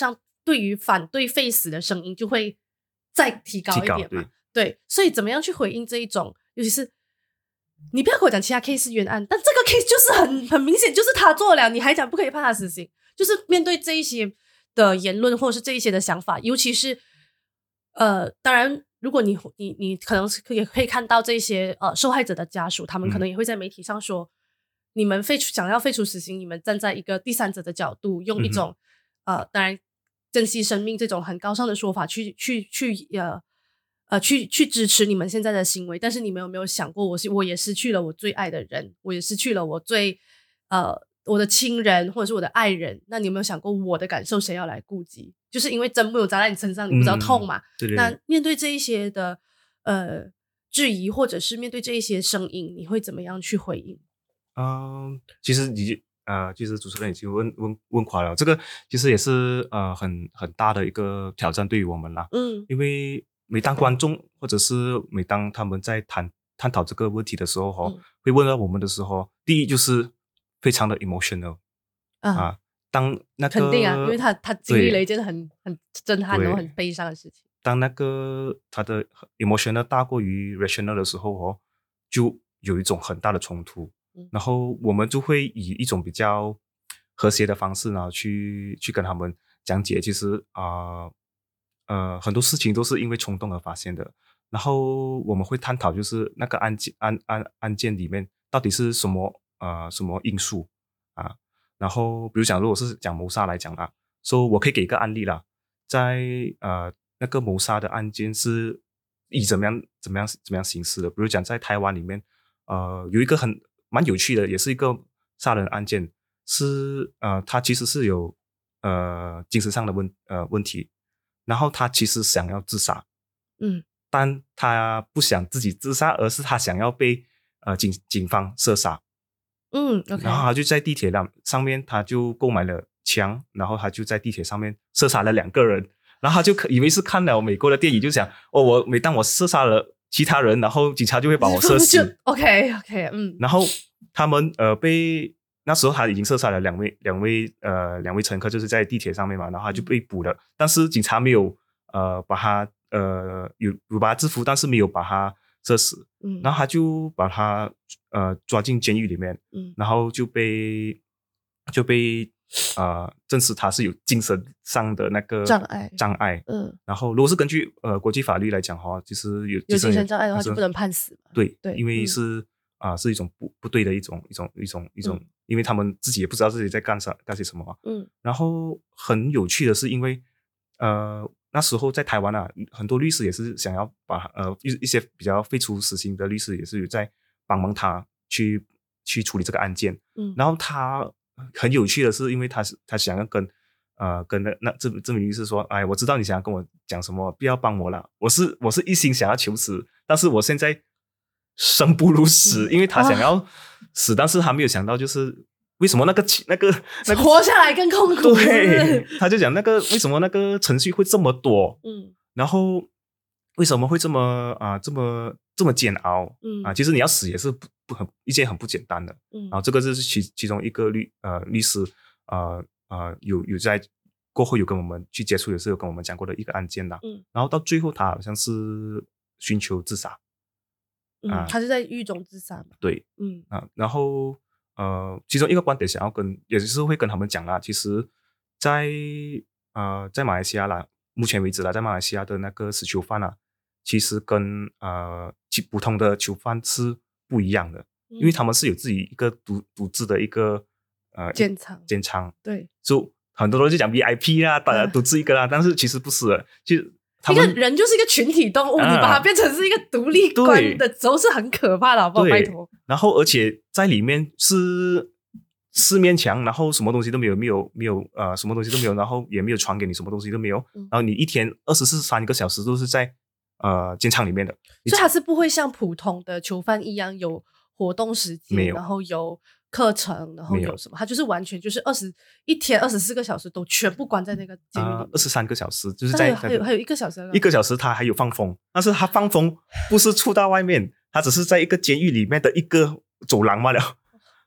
对于反对废死的声音就会再提高一点嘛。 对, 对，所以怎么样去回应这一种，尤其是你不要跟我讲其他 case 冤案，但这个 case 就是很很明显就是他做了，你还讲不可以判他死刑，就是面对这一些的言论或者是这一些的想法，尤其是呃，当然如果你你你可能也可以看到这些呃受害者的家属，他们可能也会在媒体上说、嗯、你们废除想要废除死刑，你们站在一个第三者的角度，用一种、嗯、呃当然珍惜生命这种很高尚的说法去去去呃呃去去支持你们现在的行为，但是你们有没有想过我是我也失去了我最爱的人，我也失去了我最呃我的亲人或者是我的爱人，那你有没有想过我的感受谁要来顾及？就是因为针没有扎在你身上，你不知道痛嘛、嗯、 对对对。 那面对这一些的呃质疑，或者是面对这一些声音，你会怎么样去回应？ 嗯、呃，其实你呃，其实主持人已经问问问垮了，这个其实也是呃很很大的一个挑战对于我们啦。 嗯， 因为每当观众或者是每当他们在谈探讨这个问题的时候、哦嗯、会问到我们的时候，第一就是非常的 emotional 啊。啊当那个肯定啊，因为他他经历了一件很很震撼然后很悲伤的事情。 当那个他的 emotional 大过于 rational 的时候哦，就有一种很大的冲突。嗯、然后我们就会以一种比较和谐的方式呢，去去跟他们讲解，其实啊 呃, 呃很多事情都是因为冲动而发现的。然后我们会探讨，就是那个案件案案案件里面到底是什么呃什么因素啊。然后比如讲如果是讲谋杀来讲啦，所以我可以给一个案例啦，在呃那个谋杀的案件是以怎么样怎么样怎么样形式的。比如讲在台湾里面呃有一个很蛮有趣的，也是一个杀人案件，是呃他其实是有呃精神上的问呃问题，然后他其实想要自杀， 嗯， 但他不想自己自杀，而是他想要被呃警警方射杀。 嗯 ，OK， 然后他就在地铁上面，他就购买了枪，然后他就在地铁上面射杀了两个人，然后他就以为是看了美国的电影，就想哦，我每当我射杀了其他人，然后警察就会把我射死。 OK OK， 嗯。 然后他们呃被那时候他已经射杀了两位两位呃两位乘客，就是在地铁上面嘛，然后他就被捕了，嗯、但是警察没有呃把他呃有有把他制服，但是没有把他射死。嗯，然后他就把他呃抓进监狱里面，嗯，然后就被就被呃证实他是有精神上的那个障碍障碍， 嗯， 然后如果是根据呃国际法律来讲哈，其实有有精神障碍的话就不能判死嘛。 对对， 因为是啊、嗯呃、是一种不不对的一种一种一种一种、嗯，因为他们自己也不知道自己在干啥干些什么嘛，嗯，然后很有趣的是，因为呃。那时候在台湾啊，很多律师也是想要把呃一些比较废除死刑的律师也是有在帮忙他去去处理这个案件。嗯，然后他很有趣的是，因为他是他想要跟呃跟那那这这名律师说，哎，我知道你想要跟我讲什么，不要帮我了，我是我是一心想要求死，但是我现在生不如死，嗯、因为他想要死、啊，但是他没有想到就是。为什么那个那个那个活下来更痛苦？ 对，他就讲那个为什么那个程序会这么多？嗯，然后为什么会这么啊、呃、这么这么煎熬？嗯啊，其实你要死也是不不很一件很不简单的。嗯，然后这个就是其其中一个律呃律师呃呃有有在过后有跟我们去接触，也是有跟我们讲过的一个案件啦。嗯，然后到最后他好像是寻求自杀。 嗯，啊、他是在狱中自杀嘛？ 对，嗯啊，然后。呃，其中一个观点想要跟，也是会跟他们讲啦。其实在，在呃，在马来西亚啦，目前为止啦，在马来西亚的那个死囚犯啊，其实跟呃其普通的囚犯是不一样的，嗯、因为他们是有自己一个独独自的一个呃监仓， 监仓， 对， 就很多人就讲 V I P 啦，大家独自一个啦，嗯、但是其实不是的，其实。 一个人就是一个群体动物，啊、你把它变成是一个独立关的时候是很可怕的，好不好？拜托。 然后，而且在里面是四面墙，然后什么东西都没有，没有，没有，呃，什么东西都没有，然后也没有传给你，什么东西都没有。嗯、然后你一天二十四三个小时都是在呃监仓里面的， 所以它是不会像普通的囚犯一样有活动时间，然后有课程，然后有什么？它就是完全就是二十一天二十四个小时都全部关在那个监狱里面。 二十三个小时就是在还有还有一个小时， 一个小时他还有放风，但是他放风不是出到外面，他只是在一个监狱里面的一个走廊罢了。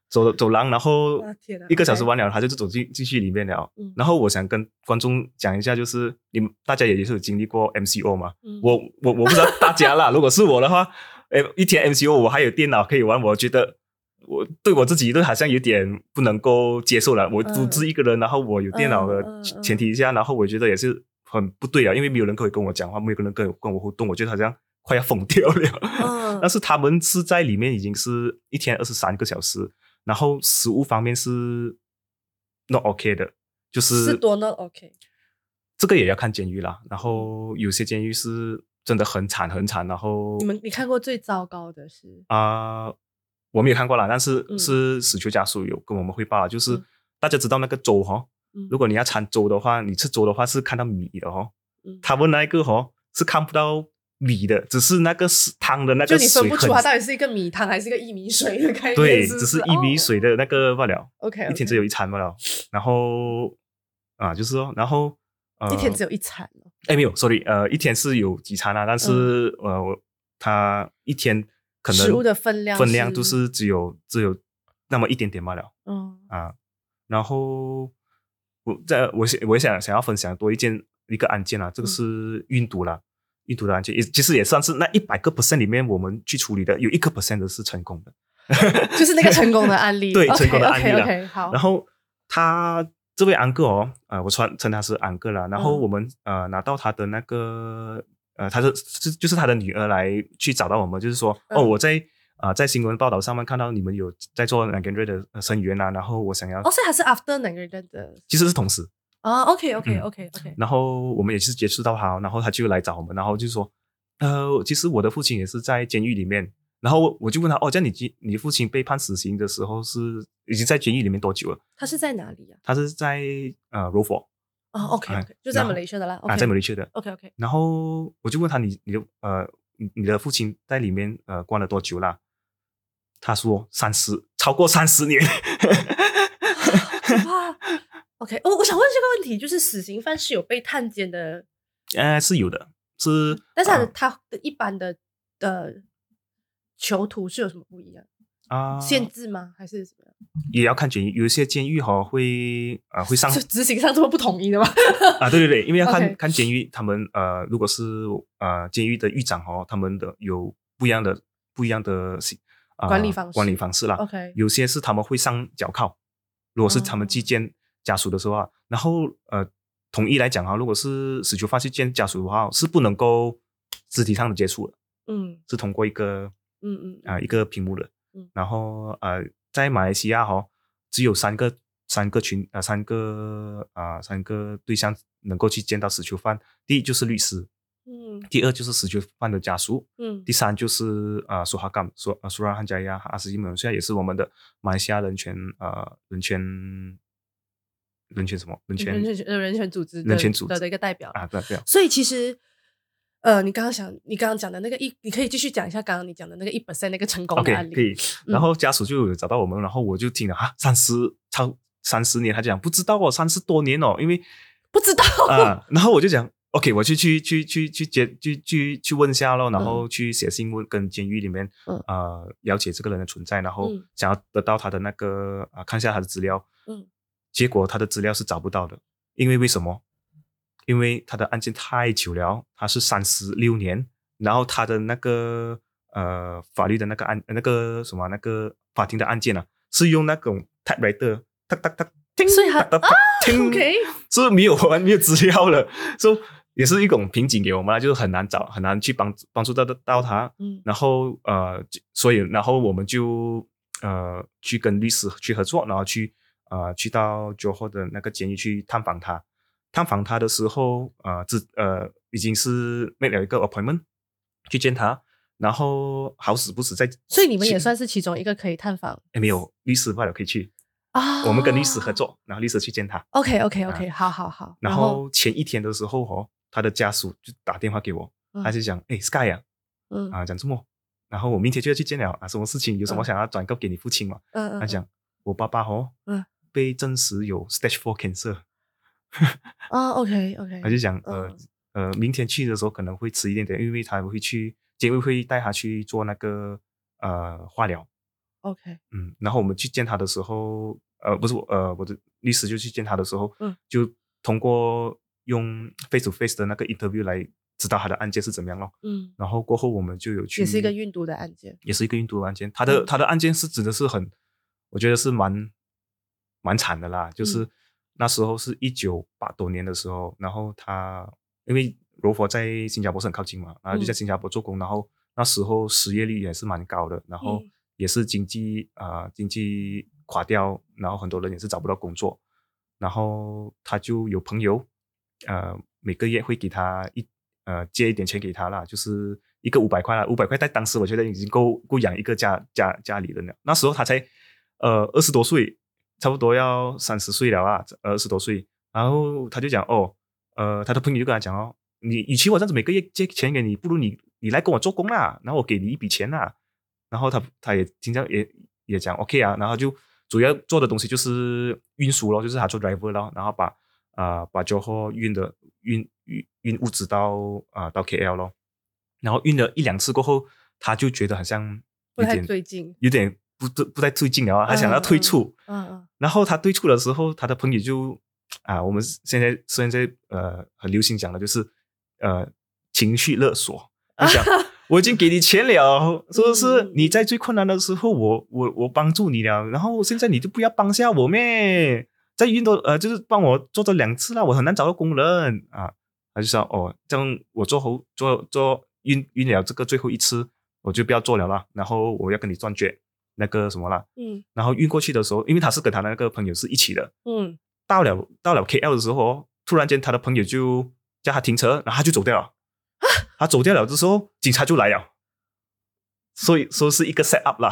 走走廊，然后啊天啊一个小时 OK 完了，他就走进进去里面了。 嗯然后我想跟观众讲一下，就是你们大家也是有经历过 M C O 嘛？ 嗯我我我不知道大家啦，如果是我的话，诶，一天 M C O 我还有电脑可以玩，我觉得我对我自己都好像有点不能够接受了。我独自一个人，然后我有电脑的嗯嗯嗯前提下，然后我觉得也是很不对啊，因为没有人可以跟我讲话，没有人跟跟我互动，我觉得好像快要疯掉了。 嗯但是他们是在里面已经是一天二十三个小时，然后食物方面是 not OK 的，就是是多 not OK 这个也要看监狱啦。然后有些监狱是真的很惨很惨，然后你们你看过最糟糕的是啊、呃我没有看过啦，但是嗯是死囚家属有跟我们汇报，就是嗯大家知道那个粥哈、哦嗯如果你要掺粥的话，你吃粥的话是看到米的哦， 嗯他们那一个哦是看不到米的，只是那个汤的那就个水很你分不出它到底是一个米汤还是一个薏米水的概念， 对， 是不只是薏米水的那个罢了。 哦、OK，, okay 一天只有一餐罢了。然后啊，就是哦，然后呃， 一天只有一餐哦。 哎没有 ，sorry，呃，一天是有几餐啊，但是、嗯、呃，我他一天可能食物的分量分量就是只有只有那么一点点罢了。 嗯啊，然后我在我想我想想要分享多一件一个案件啊，这个是运毒啦。运毒的案件也其实也算是那一百个 percent 里面我们去处理的，有一个 percent 的是成功的， 就是那个成功的案例， 对 okay, 成功的案例了。 okay, okay, 好， 然后他这位安哥哦，呃，我称称他是安哥啦。然后我们、嗯、呃拿到他的那个呃，他是是就是他的女儿来去找到我们，就是说、嗯、哦，我在啊、呃、在新闻报道上面看到你们有在做两个月的生源啊，然后我想要哦，所以他是 after 两个月的， 其实是同时。 啊、哦、，OK OK OK OK，、嗯、 然后我们也是接触到他，然后他就来找我们，然后就说，呃，其实我的父亲也是在监狱里面，然后我就问他，哦，这样你你父亲被判死刑的时候是已经在监狱里面多久了？ 他是在哪里啊？ 他是在呃柔佛。 哦 ，OK OK，、啊、就在马来西亚的啦。 啊，在马来西亚的。 OK OK。 然后我就问他，你你的呃你的父亲在里面呃关了多久啦？他说三十，超过三十年。 哇，OK， 我、哦、我想问这个问题，就是死刑犯是有被探监的？ 呃，是有的，是， 但是他的、 呃、 他的一般的的囚徒是有什么不一样？ 啊、呃， 限制吗？还是什么？ 也要看监狱，有一些监狱哈、哦、会呃会上执行上这么不统一的吗？ 啊，对对对，因为要看、okay. 看监狱，他们呃如果是呃监狱的狱长哦，他们的有不一样的不一样的、呃、 管理方式管理方式啦。 OK， 有些是他们会上脚铐，如果是他们去见家属的时候啊，哦、然后呃统一来讲哈，如果是死囚犯去见家属的话，是不能够肢体上的接触的， 嗯， 是通过一个嗯嗯啊、呃、一个屏幕的， 嗯， 然后呃在马来西亚哈、哦、只有三个三个群啊、呃、三个啊、呃、三个对象能够去见到死囚犯，第一就是律师， 嗯， 第二就是死囚犯的家属， 嗯， 第三就是啊苏哈甘苏啊苏拉汉加亚阿斯基姆，现在也是我们的马来西亚人权呃人权人权什么人权人权人权组织人权组织的一个代表啊，对对。 所以其实呃，你刚刚想你刚刚讲的那个一，你可以继续讲一下刚刚你讲的那个一 percent 那个成功的案例。 OK， 可以。然后家属就有找到我们，嗯、然后我就听了啊，三十超三十年，他讲不知道哦，三十多年哦，因为不知道啊。然后我就讲 OK， 我去去去去去接去去去问一下咯，然后去写信问跟监狱里面、嗯、呃了解这个人的存在，然后想要得到他的那个啊、呃、看一下他的资料。 嗯。 结果他的资料是找不到的，因为为什么？因为他的案件太久了，他是三十六年，然后他的那个呃法律的那个案那个什么那个法庭的案件啊，是用那种 typewriter， 哒哒哒， 所以他哒哒啊 ，OK， 是没有完没有资料了，所以也是一种瓶颈给我们，就是很难找，很难去帮帮助到到他。嗯，然后呃，所以然后我们就呃去跟律师去合作，然后去。呃，去到酒后的那个监狱去探访他，探访他的时候，呃，自呃已经是 make 了一个 appointment 去见他，然后好死不死在， 所以你们也算是其中一个可以探访， 没有律师罢了可以去啊、哦， 我们跟律师合作，然后律师去见他。 OK OK OK，、啊、好好好。 然后前一天的时候哦，他的家属就打电话给我，嗯、他就讲，哎 ，Sky 啊，嗯啊，讲什么？然后我明天就要去见了啊，什么事情？有什么想要转告给你父亲嘛？嗯嗯，他讲我爸爸哦，嗯。被证实有 stage four cancer 啊、oh, ，OK OK， 他就讲呃、嗯、呃，明天去的时候可能会迟一点点，因为他会去监狱会带他去做那个呃化疗 OK， 嗯，然后我们去见他的时候，呃，不是我，呃，我的律师就去见他的时候， 嗯， 就通过用 face to face 的那个 interview 来知道他的案件是怎么样咯。 嗯， 然后过后我们就有去， 也是一个运毒的案件， 也是一个运毒的案件。他的、 嗯他的案件是真的是很，我觉得是蛮蛮惨的啦。就是嗯那时候是一九八多年的时候，然后他因为柔佛在新加坡是很靠近嘛，然后就在嗯新加坡做工，然后那时候失业率也是蛮高的，然后嗯也是经济啊、呃经济垮掉，然后很多人也是找不到工作，然后他就有朋友，呃，每个月会给他一呃借一点钱给他啦，就是一个五百块啦，五百块在当时我觉得已经够够养一个家家家里人了。那时候他才呃二十多岁，差不多要三十岁了啊，二十多岁，然后他就讲哦，呃，他的朋友就跟他讲哦，你与其我这样子每个月借钱给你，不如你你来跟我做工啦，然后我给你一笔钱啦。然后他他也经常也也讲 OK 啊，然后就主要做的东西就是运输咯，就是他做 driver 咯，然后把啊、呃、把酒货运的运运运物资到啊、呃、到 K L 咯，然后运了一两次过后，他就觉得好像不太有点对劲， 有点不不不太对劲了啊，他想要退出， 嗯嗯然后他退出的时候，他的朋友就啊，我们现在现在呃很流行讲的就是呃情绪勒索，就想我已经给你钱了，是不是？ 嗯你在最困难的时候，我我我帮助你了，然后现在你就不要帮下我咩？再运多呃，就是帮我做这两次啦，我很难找到工人啊。他就说哦，这样我做后做做运运了这个最后一次，我就不要做了啦。然后我要跟你断绝那个什么啦。 嗯然后运过去的时候，因为他是跟他那个朋友是一起的， 嗯， 到了到了 K L 的时候哦，突然间他的朋友就叫他停车，然后他就走掉了。他走掉了的时候，警察就来了，所以说是一个 set up 啦。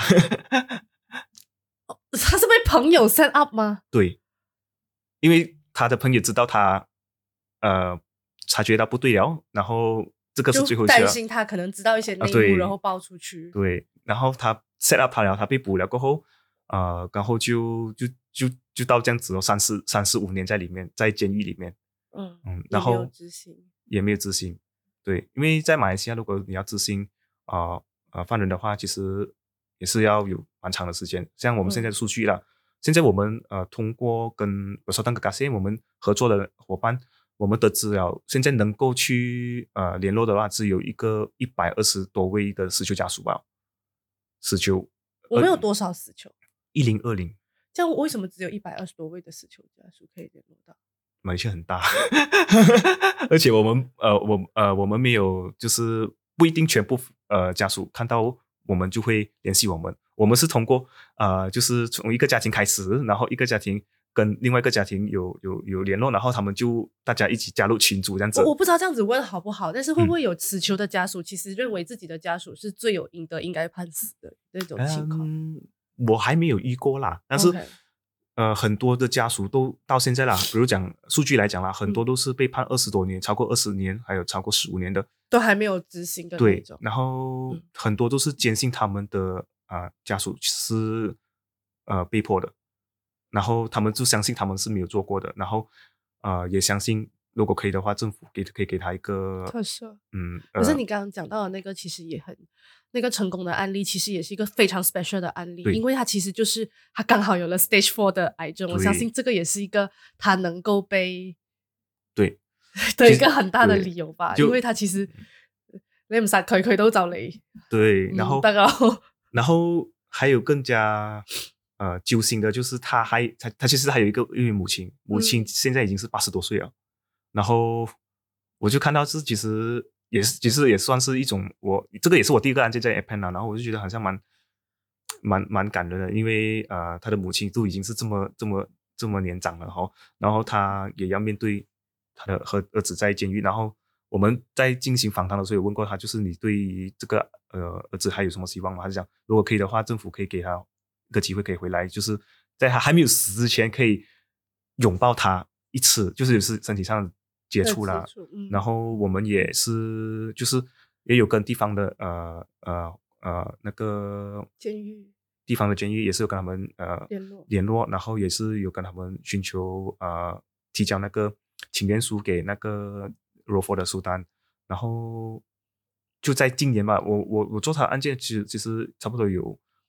他是被朋友 set up 吗？ 对，因为他的朋友知道他呃察觉到不对了，然后这个是最后一次了， 就担心他可能知道一些内幕， 啊对然后爆出去。 对，然后他 set up 他了，他被捕了过后，呃，然后就就就就到这样子哦，三四三四五年在里面，在监狱里面， 嗯嗯， 也没有然后执行。 也没有执行，对，因为在马来西亚，如果你要执行啊呃呃犯人的话，其实也是要有蛮长的时间。像我们现在的数据啦，现在我们呃通过跟我说当个嘎西我们合作的伙伴，我们得知了现在能够去呃联络的话，只有一个一百二十多位的死囚家属吧，死囚我们有多少死囚？ 一零二零， 这样为什么只有一百二十多位的死囚家属可以联络到？ 马来西亚很大，而且我们呃我呃我们没有就是不一定全部呃家属看到我们就会联系我们，我们是通过呃就是从一个家庭开始，然后一个家庭跟另外一个家庭有有有联络，然后他们就大家一起加入群组这样子。 我我不知道这样子问好不好，但是会不嗯会有死囚的家属其实认为自己的家属是罪有应得，应该判死的那种情况？ 嗯，我还没有遇过啦，但是 OK 呃，很多的家属都到现在啦，比如讲数据来讲啦，很多都是被判二十多年，超过二十年，还有超过十五年的， 都还没有执行的那对种。， 然后嗯很多都是坚信他们的啊、呃家属是呃被迫的，然后他们就相信他们是没有做过的，然后呃也相信如果可以的话，政府给可以给他一个特赦。 嗯， 可是呃你刚刚讲到的那个，其实也很那个成功的案例，其实也是一个非常 special 的案例， 对因为他其实就是他刚好有了 stage four 的癌症，我对相信这个也是一个他能够被对的一个很大的对理由吧， 就因为他其實你唔殺佢，佢都就你， 对，然後唔得啊！ 然后还有更加呃揪心的就是他还他他其实还有一个因为母亲，母亲嗯现在已经是八十多岁了，然后我就看到是其实也是其实也算是一种我这个也是我第一个案件在 A P E N 啊，然后我就觉得好像蛮蛮蛮感人的，因为呃他的母亲都已经是这么这么这么年长了哈，然后他也要面对他的和儿子在监狱，然后我们在进行访谈的时候有问过他，就是你对于这个呃儿子还有什么希望吗？他就讲如果可以的话，政府可以给他一个机会可以回来，就是在他还没有死之前可以拥抱他一次，就是也是身体上的接触啦。 接触嗯然后我们也是就是也有跟地方的呃呃呃那个监狱地方的监狱也是有跟他们呃联络联络，然后也是有跟他们寻求呃提交那个请愿书给那个罗佛的苏丹，然后就在今年吧，我我我做他的案件其实其实差不多有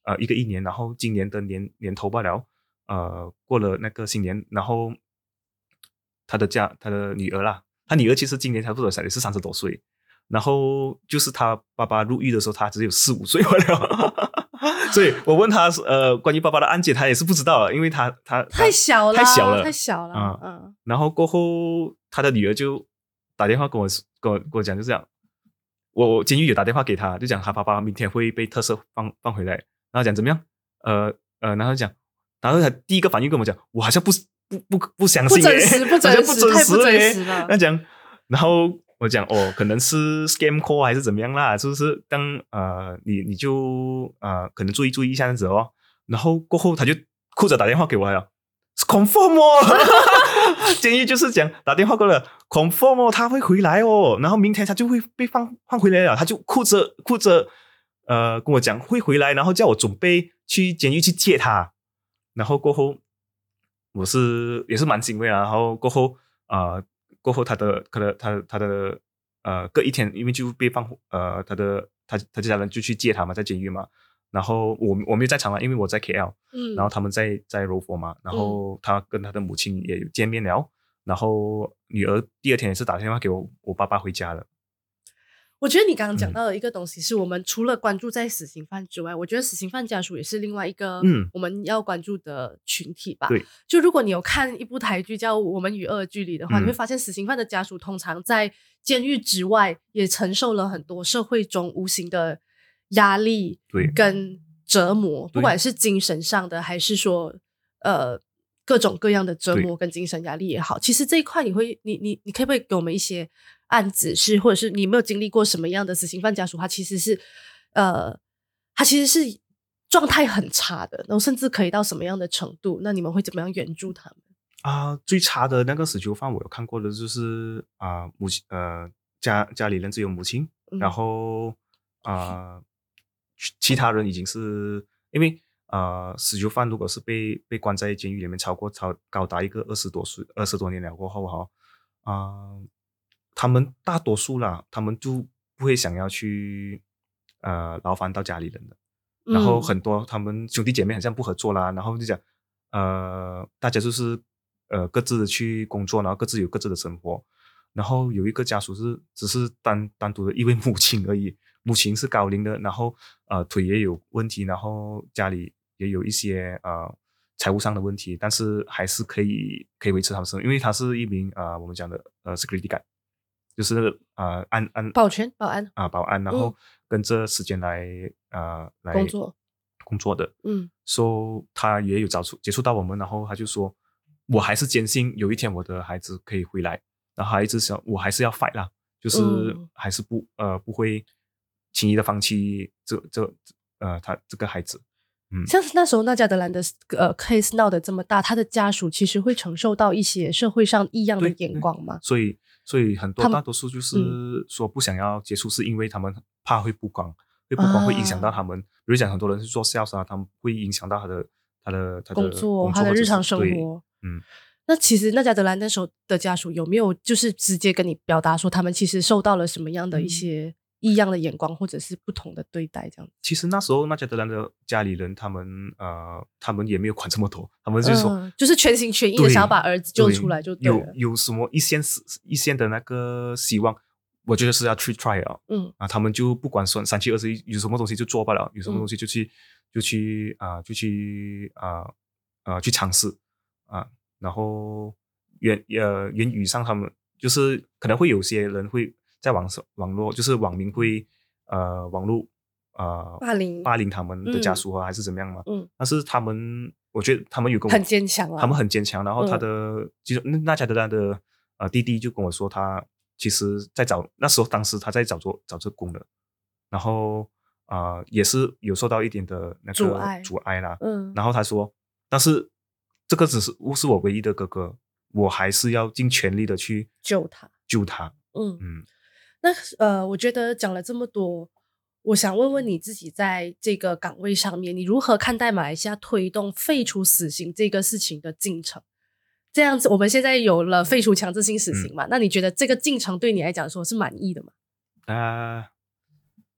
呃一个一年，然后今年的年年头罢了，呃过了那个新年，然后他的家他的女儿啦，他女儿其实今年差不多也是三十多岁，然后就是他爸爸入狱的时候，他只有四五岁罢了。所以我问他呃关于爸爸的案件，他也是不知道，因为他他太小了， 太小了， 太小了， 嗯嗯。 然后过后，他的女儿就打电话跟我跟我跟我讲，就这样，我监狱有打电话给他，就讲他爸爸明天会被特赦放放回来，然后讲怎么样？呃呃，然后讲，然后他第一个反应跟我讲，我好像不不不不相信， 不真实，不真实， 不真太不真实实了。 那讲，然后我讲哦，可能是 scam call 还是怎么样啦，是不是？当呃你你就呃可能注意注意一下这样子哦。然后过后他就哭着打电话给我了，是 confirm 哦，监狱就是讲打电话过了 confirm 哦，他会回来哦，然后明天他就会被放放回来了，他就哭着哭着呃跟我讲会回来，然后叫我准备去监狱去接他。然后过后我是也是蛮欣慰啊，然后过后呃过后他的可能他他的呃隔一天，因为就被放呃他的他他家人就去接他嘛，在监狱嘛。然后我我没有在场嘛，因为我在 K L，嗯，然后他们在在柔佛嘛，然后他跟他的母亲也有见面了，然后女儿第二天也是打电话给我我爸爸回家了。 我觉得你刚刚讲到的一个东西，是我们除了关注在死刑犯之外，我觉得死刑犯家属也是另外一个我们要关注的群体吧。 对， 就如果你有看一部台剧叫《我们与恶的距离》的话，嗯，你会发现死刑犯的家属通常在监狱之外也承受了很多社会中无形的压力跟折磨，不管是精神上的还是说呃各种各样的折磨跟精神压力也好，其实这一块你会你你你可不可以给我们一些案子，是或者是你有没有经历过什么样的死刑犯家属，他其实是呃他其实是状态很差的，然后甚至可以到什么样的程度，那你们会怎么样援助他们啊、呃？最差的那个死囚犯我有看过的就是啊、呃、母亲呃家家里人只有母亲，嗯、然后啊。呃其他人已经是因为呃死囚犯如果是被被关在监狱里面超过超高达一个二十多岁二十多年了过后哈啊、呃，他们大多数啦，他们就不会想要去呃劳烦到家里人的，然后很多他们兄弟姐妹好像不合作啦，然后就讲呃大家就是呃各自的去工作，然后各自有各自的生活。然后有一个家属是只是单单独的一位母亲而已，母亲是高龄的，然后呃腿也有问题，然后家里也有一些呃财务上的问题，但是还是可以可以维持他们生活，因为他是一名呃我们讲的呃 security guard， 就是呃安安保全保安啊、呃、保安，然后跟着时间来、嗯、呃来工作工作的， 嗯， 所、so, 他也有早触接触到我们，然后他就说，我还是坚信有一天我的孩子可以回来。然后还一直想，我还是要 fight 啦，就是还是不、嗯、呃不会轻易的放弃这这呃他这个孩子。嗯， 像是那时候纳加德兰的呃 case 闹得这么大，他的家属其实会承受到一些社会上异样的眼光吗？ 所以所以很多大多数就是说不想要接触，是因为他们怕会曝光，会曝光会影响到他们。啊、比如讲很多人是做 sales 啊，他们会影响到他的他的他的工作，工作他的日常生活。 嗯。 那其实纳加德兰那时候的家属有没有就是直接跟你表达说他们其实受到了什么样的一些异样的眼光或者是不同的对待这样子？ 其实那时候纳加德兰的家里人他们呃他们也没有管这么多，他们就是说、嗯、 就是全心全意的想要把儿子救出来就对了。 有有什么一线一线的那个希望，我觉得是要去 try 啊，嗯啊，他们就不管说三七二十一有什么东西就做不了，有什么东西就去、嗯、就去啊、呃、就去啊啊、呃呃、去尝试啊。然后言呃言语上，他们就是可能会有些人会在网上网络就是网民会呃网络呃霸凌霸凌他们的家属啊、嗯、还是怎么样嘛？嗯，但是他们我觉得他们有跟我很坚强啊， 他们很坚强。然后他的、嗯、其实纳加德兰的呃弟弟就跟我说，他其实在找那时候当时他在找做找这工的，然后啊、呃、也是有受到一点的那个阻碍阻碍啦。 嗯， 然后他说，但是。这个只是是我唯一的哥哥，我还是要尽全力的去救他， 救他。 嗯嗯，那呃，我觉得讲了这么多，我想问问你自己在这个岗位上面，你如何看待马来西亚推动废除死刑这个事情的进程？这样子，我们现在有了废除强制性死刑嘛？嗯、那你觉得这个进程对你来讲说是满意的吗？ 啊、呃，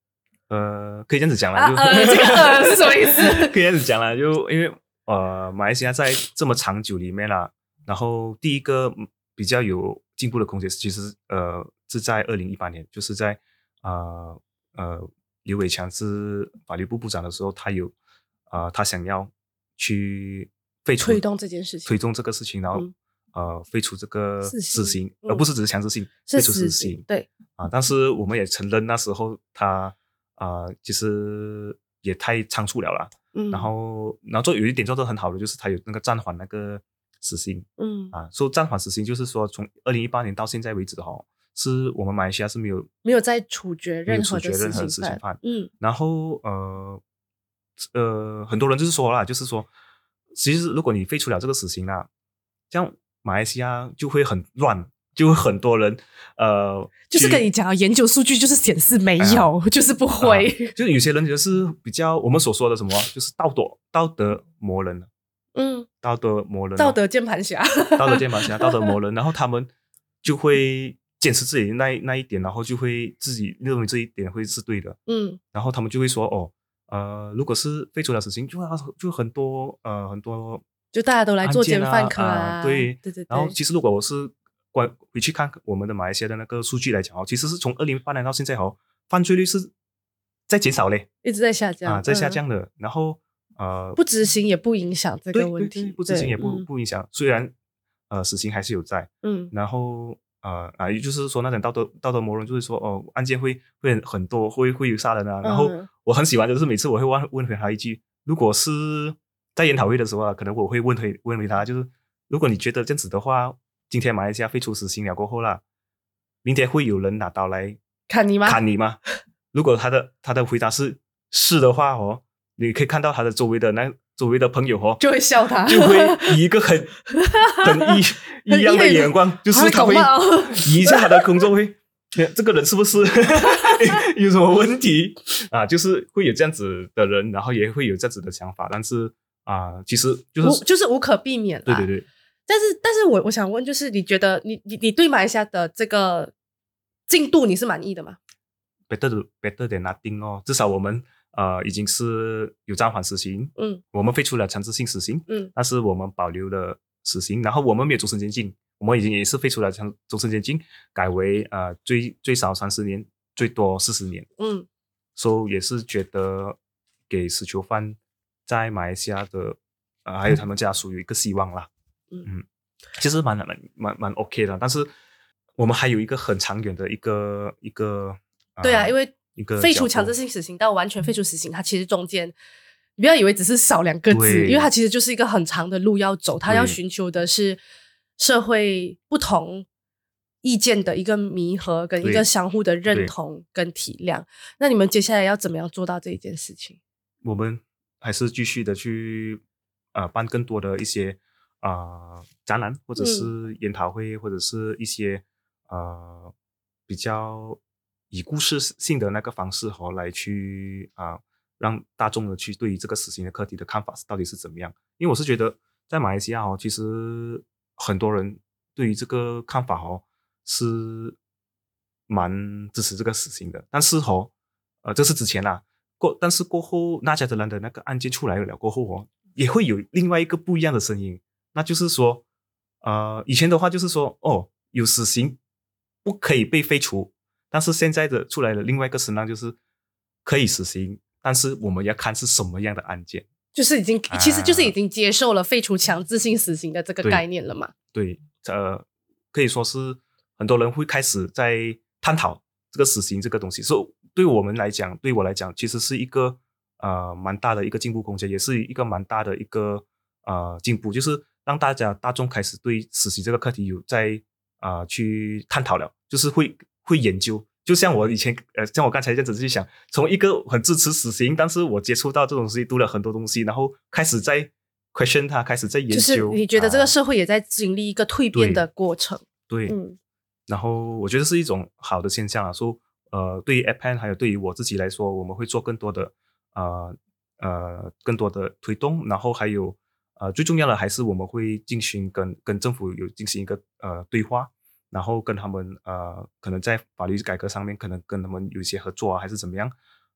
呃，可以这样子讲啦， 啊就、 呃这个呃是什么意思？ 可以这样子讲啦，就因为呃，马来西亚在这么长久里面啦，然后第一个比较有进步的空间，其实呃是在二零一八年，就是在呃呃刘伟强是法律部部长的时候，他有呃他想要去废除推动这件事情推动这个事情，然后、 嗯呃废除这个死刑死刑， 嗯而不是只是强制性， 是废除死死刑刑。 对啊，但是我们也承认那时候他啊、呃其实也太仓促了啦。 嗯然后，然后做有一点做得很好的就是他有那个暂缓那个死刑嗯啊，说暂缓死刑就是说从二零一八年到现在为止哈、哦，是我们马来西亚是没有没有再处决没有任何的处决任何的死刑死刑犯。 嗯然后呃呃，很多人就是说啦，就是说，其实如果你废除了这个死刑啦，这样马来西亚就会很乱，就会很多人呃， 就是去跟你讲啊，研究数据就是显示没哎有，就是不会。 啊就是有些人就是比较我们所说的什么，就是道德道德魔人， 嗯， 道德魔人哦， 道德键盘侠， 道德键盘侠，道德魔人，然后他们就会坚持自己那那一点，然后就会自己认为这一点会是对的， 嗯然后他们就会说哦，呃，如果是废除了死刑，就就很多呃很多就大家都来做案件啊奸犯科啊，对对对对。 然后其实如果我是关回去看我们的马来西亚的那个数据来讲哦，其实是从二零一八年到现在哦，犯罪率是在减少嘞一直在下降啊，在下嗯降的。然后呃， 不执行也不影响这对个问题， 对对，不执行也不对不影响，虽然呃死刑还是有在， 嗯然后呃啊，也就是说那种道德道德魔人就是说哦，案件会会很多，会会有杀人啊。然后嗯我很喜欢的就是每次我会问问回他一句，如果是在研讨会的时候啊，可能我会问回问回他，就是如果你觉得这样子的话，今天马来西亚废除死刑了过后啦，明天会有人拿刀来看你吗？ 砍你吗？如果他的他的回答是是的话哦，你可以看到他的周围的那周围的朋友哦， 就会笑他， 就会以一个很很异异样的眼光，就是他会他会恐移一下他的工作会，这个人是不是有什么问题啊？就是会有这样子的人，然后也会有这样子的想法，但是啊，其实就无是就是无可避免啦。 对对对， 但是，但是我我想问，就是你觉得你你你对马来西亚的这个进度你是满意的吗？ better better than nothing 哦，至少我们呃已经是有暂缓死刑， 嗯我们废除了强制性死刑， 嗯但是我们保留了死刑，然后我们没有终身监禁，我们已经也是废除了强终身监禁，改为呃最最少三十年，最多四十年， 嗯所以也是觉得给死囚犯在马来西亚的呃还有他们家属有一个希望啦， 嗯嗯，其实蛮蛮蛮蛮 OK 的，但是我们还有一个很长远的一个一个。 对啊， 呃因为一个废除强角度制性死刑到完全废除死刑，它其实中间你不要以为只是少两个字， 对因为它其实就是一个很长的路要走，它要对寻求的是社会不同意见的一个弥合，跟一个对相互的认对同跟体谅。那你们接下来要怎么样做到这一件事情？ 我们还是继续的去呃办更多的一些啊、呃、展览，或者是研讨会，或者是一些呃比较以故事性的那个方式和来去啊、呃、让大众的去对于这个死刑的课题的看法到底是怎么样？因为我是觉得在马来西亚哦，其实很多人对于这个看法哦是蛮支持这个死刑的，但是哦呃这是之前啦。过，但是过后纳加德兰的那个案件出来了过后哦，也会有另外一个不一样的声音，那就是说，呃，以前的话就是说，哦，有死刑不可以被废除，但是现在的出来的另外一个声浪就是可以死刑，但是我们要看是什么样的案件， 就是已经， 啊其实就是已经接受了废除强制性死刑的这个对概念了嘛？ 对，呃，可以说是很多人会开始在探讨这个死刑这个东西，所以对我们来讲，对我来讲，其实是一个呃蛮大的一个进步空间，也是一个蛮大的一个呃进步，就是让大家大众开始对死刑这个课题有在啊、呃、去探讨了，就是会会研究。就像我以前呃，像我刚才这样子去想，从一个很支持死刑，但是我接触到这种东西，读了很多东西，然后开始在 question 它，开始在研究。 就是你觉得这个啊社会也在经历一个蜕变的过程？ 对， 嗯， 然后我觉得是一种好的现象啊，说呃，对于 A P P 还有对于我自己来说，我们会做更多的呃呃更多的推动，然后还有呃最重要的还是我们会进行跟跟政府有进行一个呃对话，然后跟他们呃可能在法律改革上面可能跟他们有一些合作啊，还是怎么样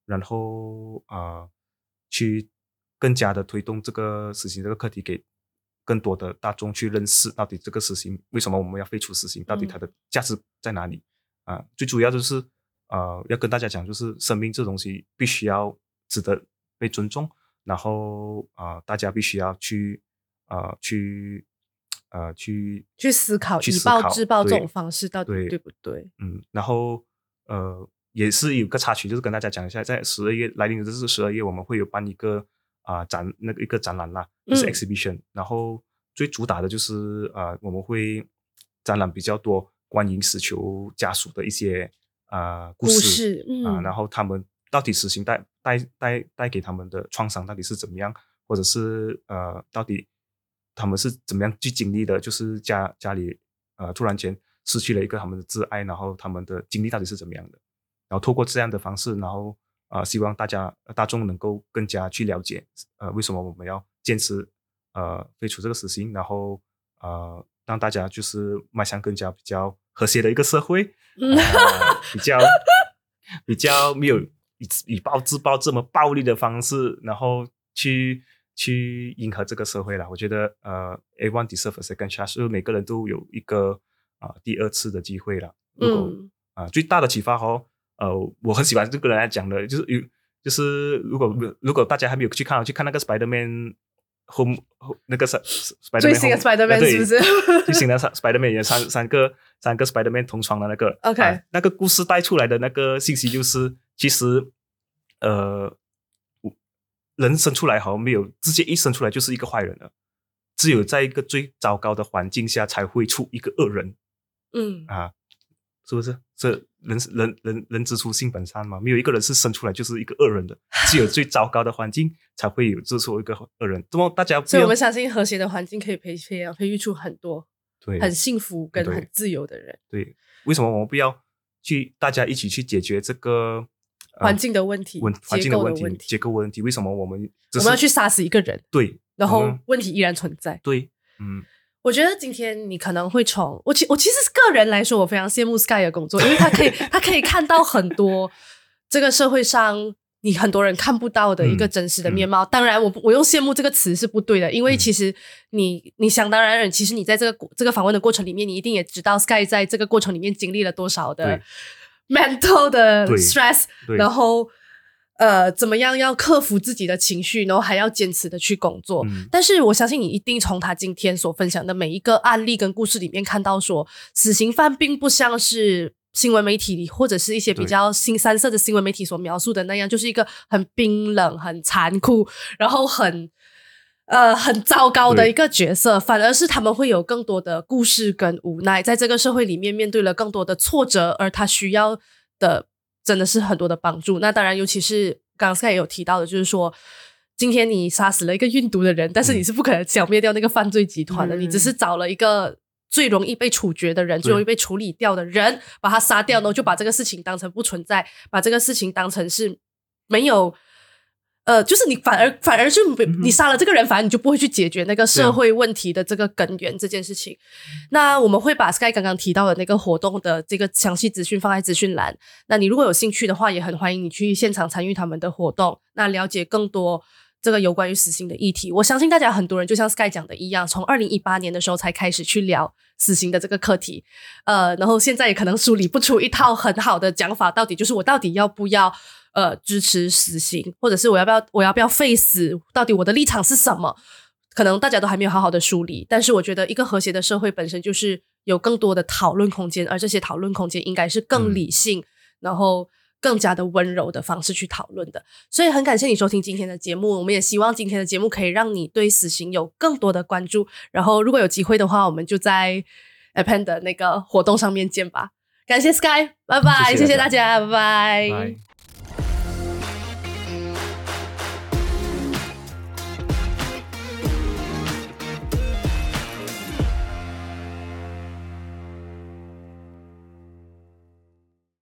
然后啊、呃、去更加的推动这个死刑这个课题给更多的大众去认识到底这个死刑为什么我们要废除死刑，到底它的价值在哪里啊、呃？最主要就是呃要跟大家讲，就是生命这东西必须要值得被尊重，然后啊、呃、大家必须要去呃去呃去去思考以去思考暴制暴这种方式到底对对不对？ 嗯，然后呃也是有个插曲，就是跟大家讲一下，在十二月来临的这是十二月，我们会有办一个啊、呃、展那个一个展览啦，就是 exhibition，、嗯、然后最主打的就是啊、呃、我们会展览比较多关于死囚家属的一些啊、呃、故事， 故事嗯、 啊，然后他们到底死刑带带带带给他们的创伤到底是怎么样，或者是呃到底他们是怎么样去经历的，就是家家里呃突然间失去了一个他们的挚爱，然后他们的经历到底是怎么样的，然后透过这样的方式，然后呃希望大家大众能够更加去了解呃为什么我们要坚持呃废除这个死刑，然后呃让大家就是迈向更加比较和谐的一个社会，呃、比较比较没有以以暴制暴这么暴力的方式，然后去去迎合这个社会啦。我觉得呃 everyone deserves a second chance， 就是每个人都有一个啊、呃、第二次的机会啦。如果啊、嗯呃、最大的启发哦，呃我很喜欢这个人来讲的，就是有就是如果如果大家还没有去看，去看那个 Spider-Man Home 那个 Spider-Man 最新的 Spider-Man 是不是？ 最新的 Spider-Man 也三三个三个 Spider-Man 同床的那个 OK、 啊、那个故事带出来的那个信息就是，其实呃人生出来好像没有直接一生出来就是一个坏人了，只有在一个最糟糕的环境下才会出一个恶人。 嗯啊，是不是？这人人人人之初性本善嘛，没有一个人是生出来就是一个恶人的，只有最糟糕的环境才会有做出一个恶人。这么大家不要， 所以我们相信和谐的环境可以培培养培育出很多对很幸福跟很自由的人。 对，对为什么我们不要去大家一起去解决这个？ 呃、环境的问题， 问环境的问题， 问题结构问题，为什么我们我们要去杀死一个人？ 对， 然后问题依然存在。 对，嗯， 我觉得今天你可能会从我其我其实个人来说，我非常羡慕 Sky 的工作，因为他可以他可以看到很多这个社会上你很多人看不到的一个真实的面貌。嗯、当然我，我我用羡慕这个词是不对的，因为其实你你想当然人，其实你在这个这个访问的过程里面，你一定也知道 Sky 在这个过程里面经历了多少的。mental 的 stress， 然后呃，怎么样要克服自己的情绪，然后还要坚持的去工作。嗯、但是我相信你一定从他今天所分享的每一个案例跟故事里面看到说，死刑犯并不像是新闻媒体里或者是一些比较新三色的新闻媒体所描述的那样，就是一个很冰冷、很残酷，然后很。呃，很糟糕的一个角色，反而是他们会有更多的故事跟无奈，在这个社会里面面对了更多的挫折，而他需要的真的是很多的帮助。那当然，尤其是刚才也有提到的，就是说，今天你杀死了一个运毒的人，但是你是不可能消灭掉那个犯罪集团的，嗯、你只是找了一个最容易被处决的人，最容易被处理掉的人，把他杀掉，然后就把这个事情当成不存在，把这个事情当成是没有。呃，就是你反而反而就你杀了这个人，反而你就不会去解决那个社会问题的这个根源这件事情。那我们会把 Sky 刚刚提到的那个活动的这个详细资讯放在资讯栏。那你如果有兴趣的话，也很欢迎你去现场参与他们的活动，那了解更多这个有关于死刑的议题。我相信大家很多人就像 Sky 讲的一样，从二零一八年的时候才开始去聊死刑的这个课题，呃，然后现在也可能梳理不出一套很好的讲法，到底就是我到底要不要呃支持死刑，或者是我要不要我要不要废死，到底我的立场是什么，可能大家都还没有好好的梳理。但是我觉得一个和谐的社会本身就是有更多的讨论空间，而这些讨论空间应该是更理性、嗯、然后更加的温柔的方式去讨论的。所以很感谢你收听今天的节目，我们也希望今天的节目可以让你对死刑有更多的关注，然后如果有机会的话，我们就在 Append 的那个活动上面见吧。感谢 Sky， 拜拜，谢谢大家，拜拜。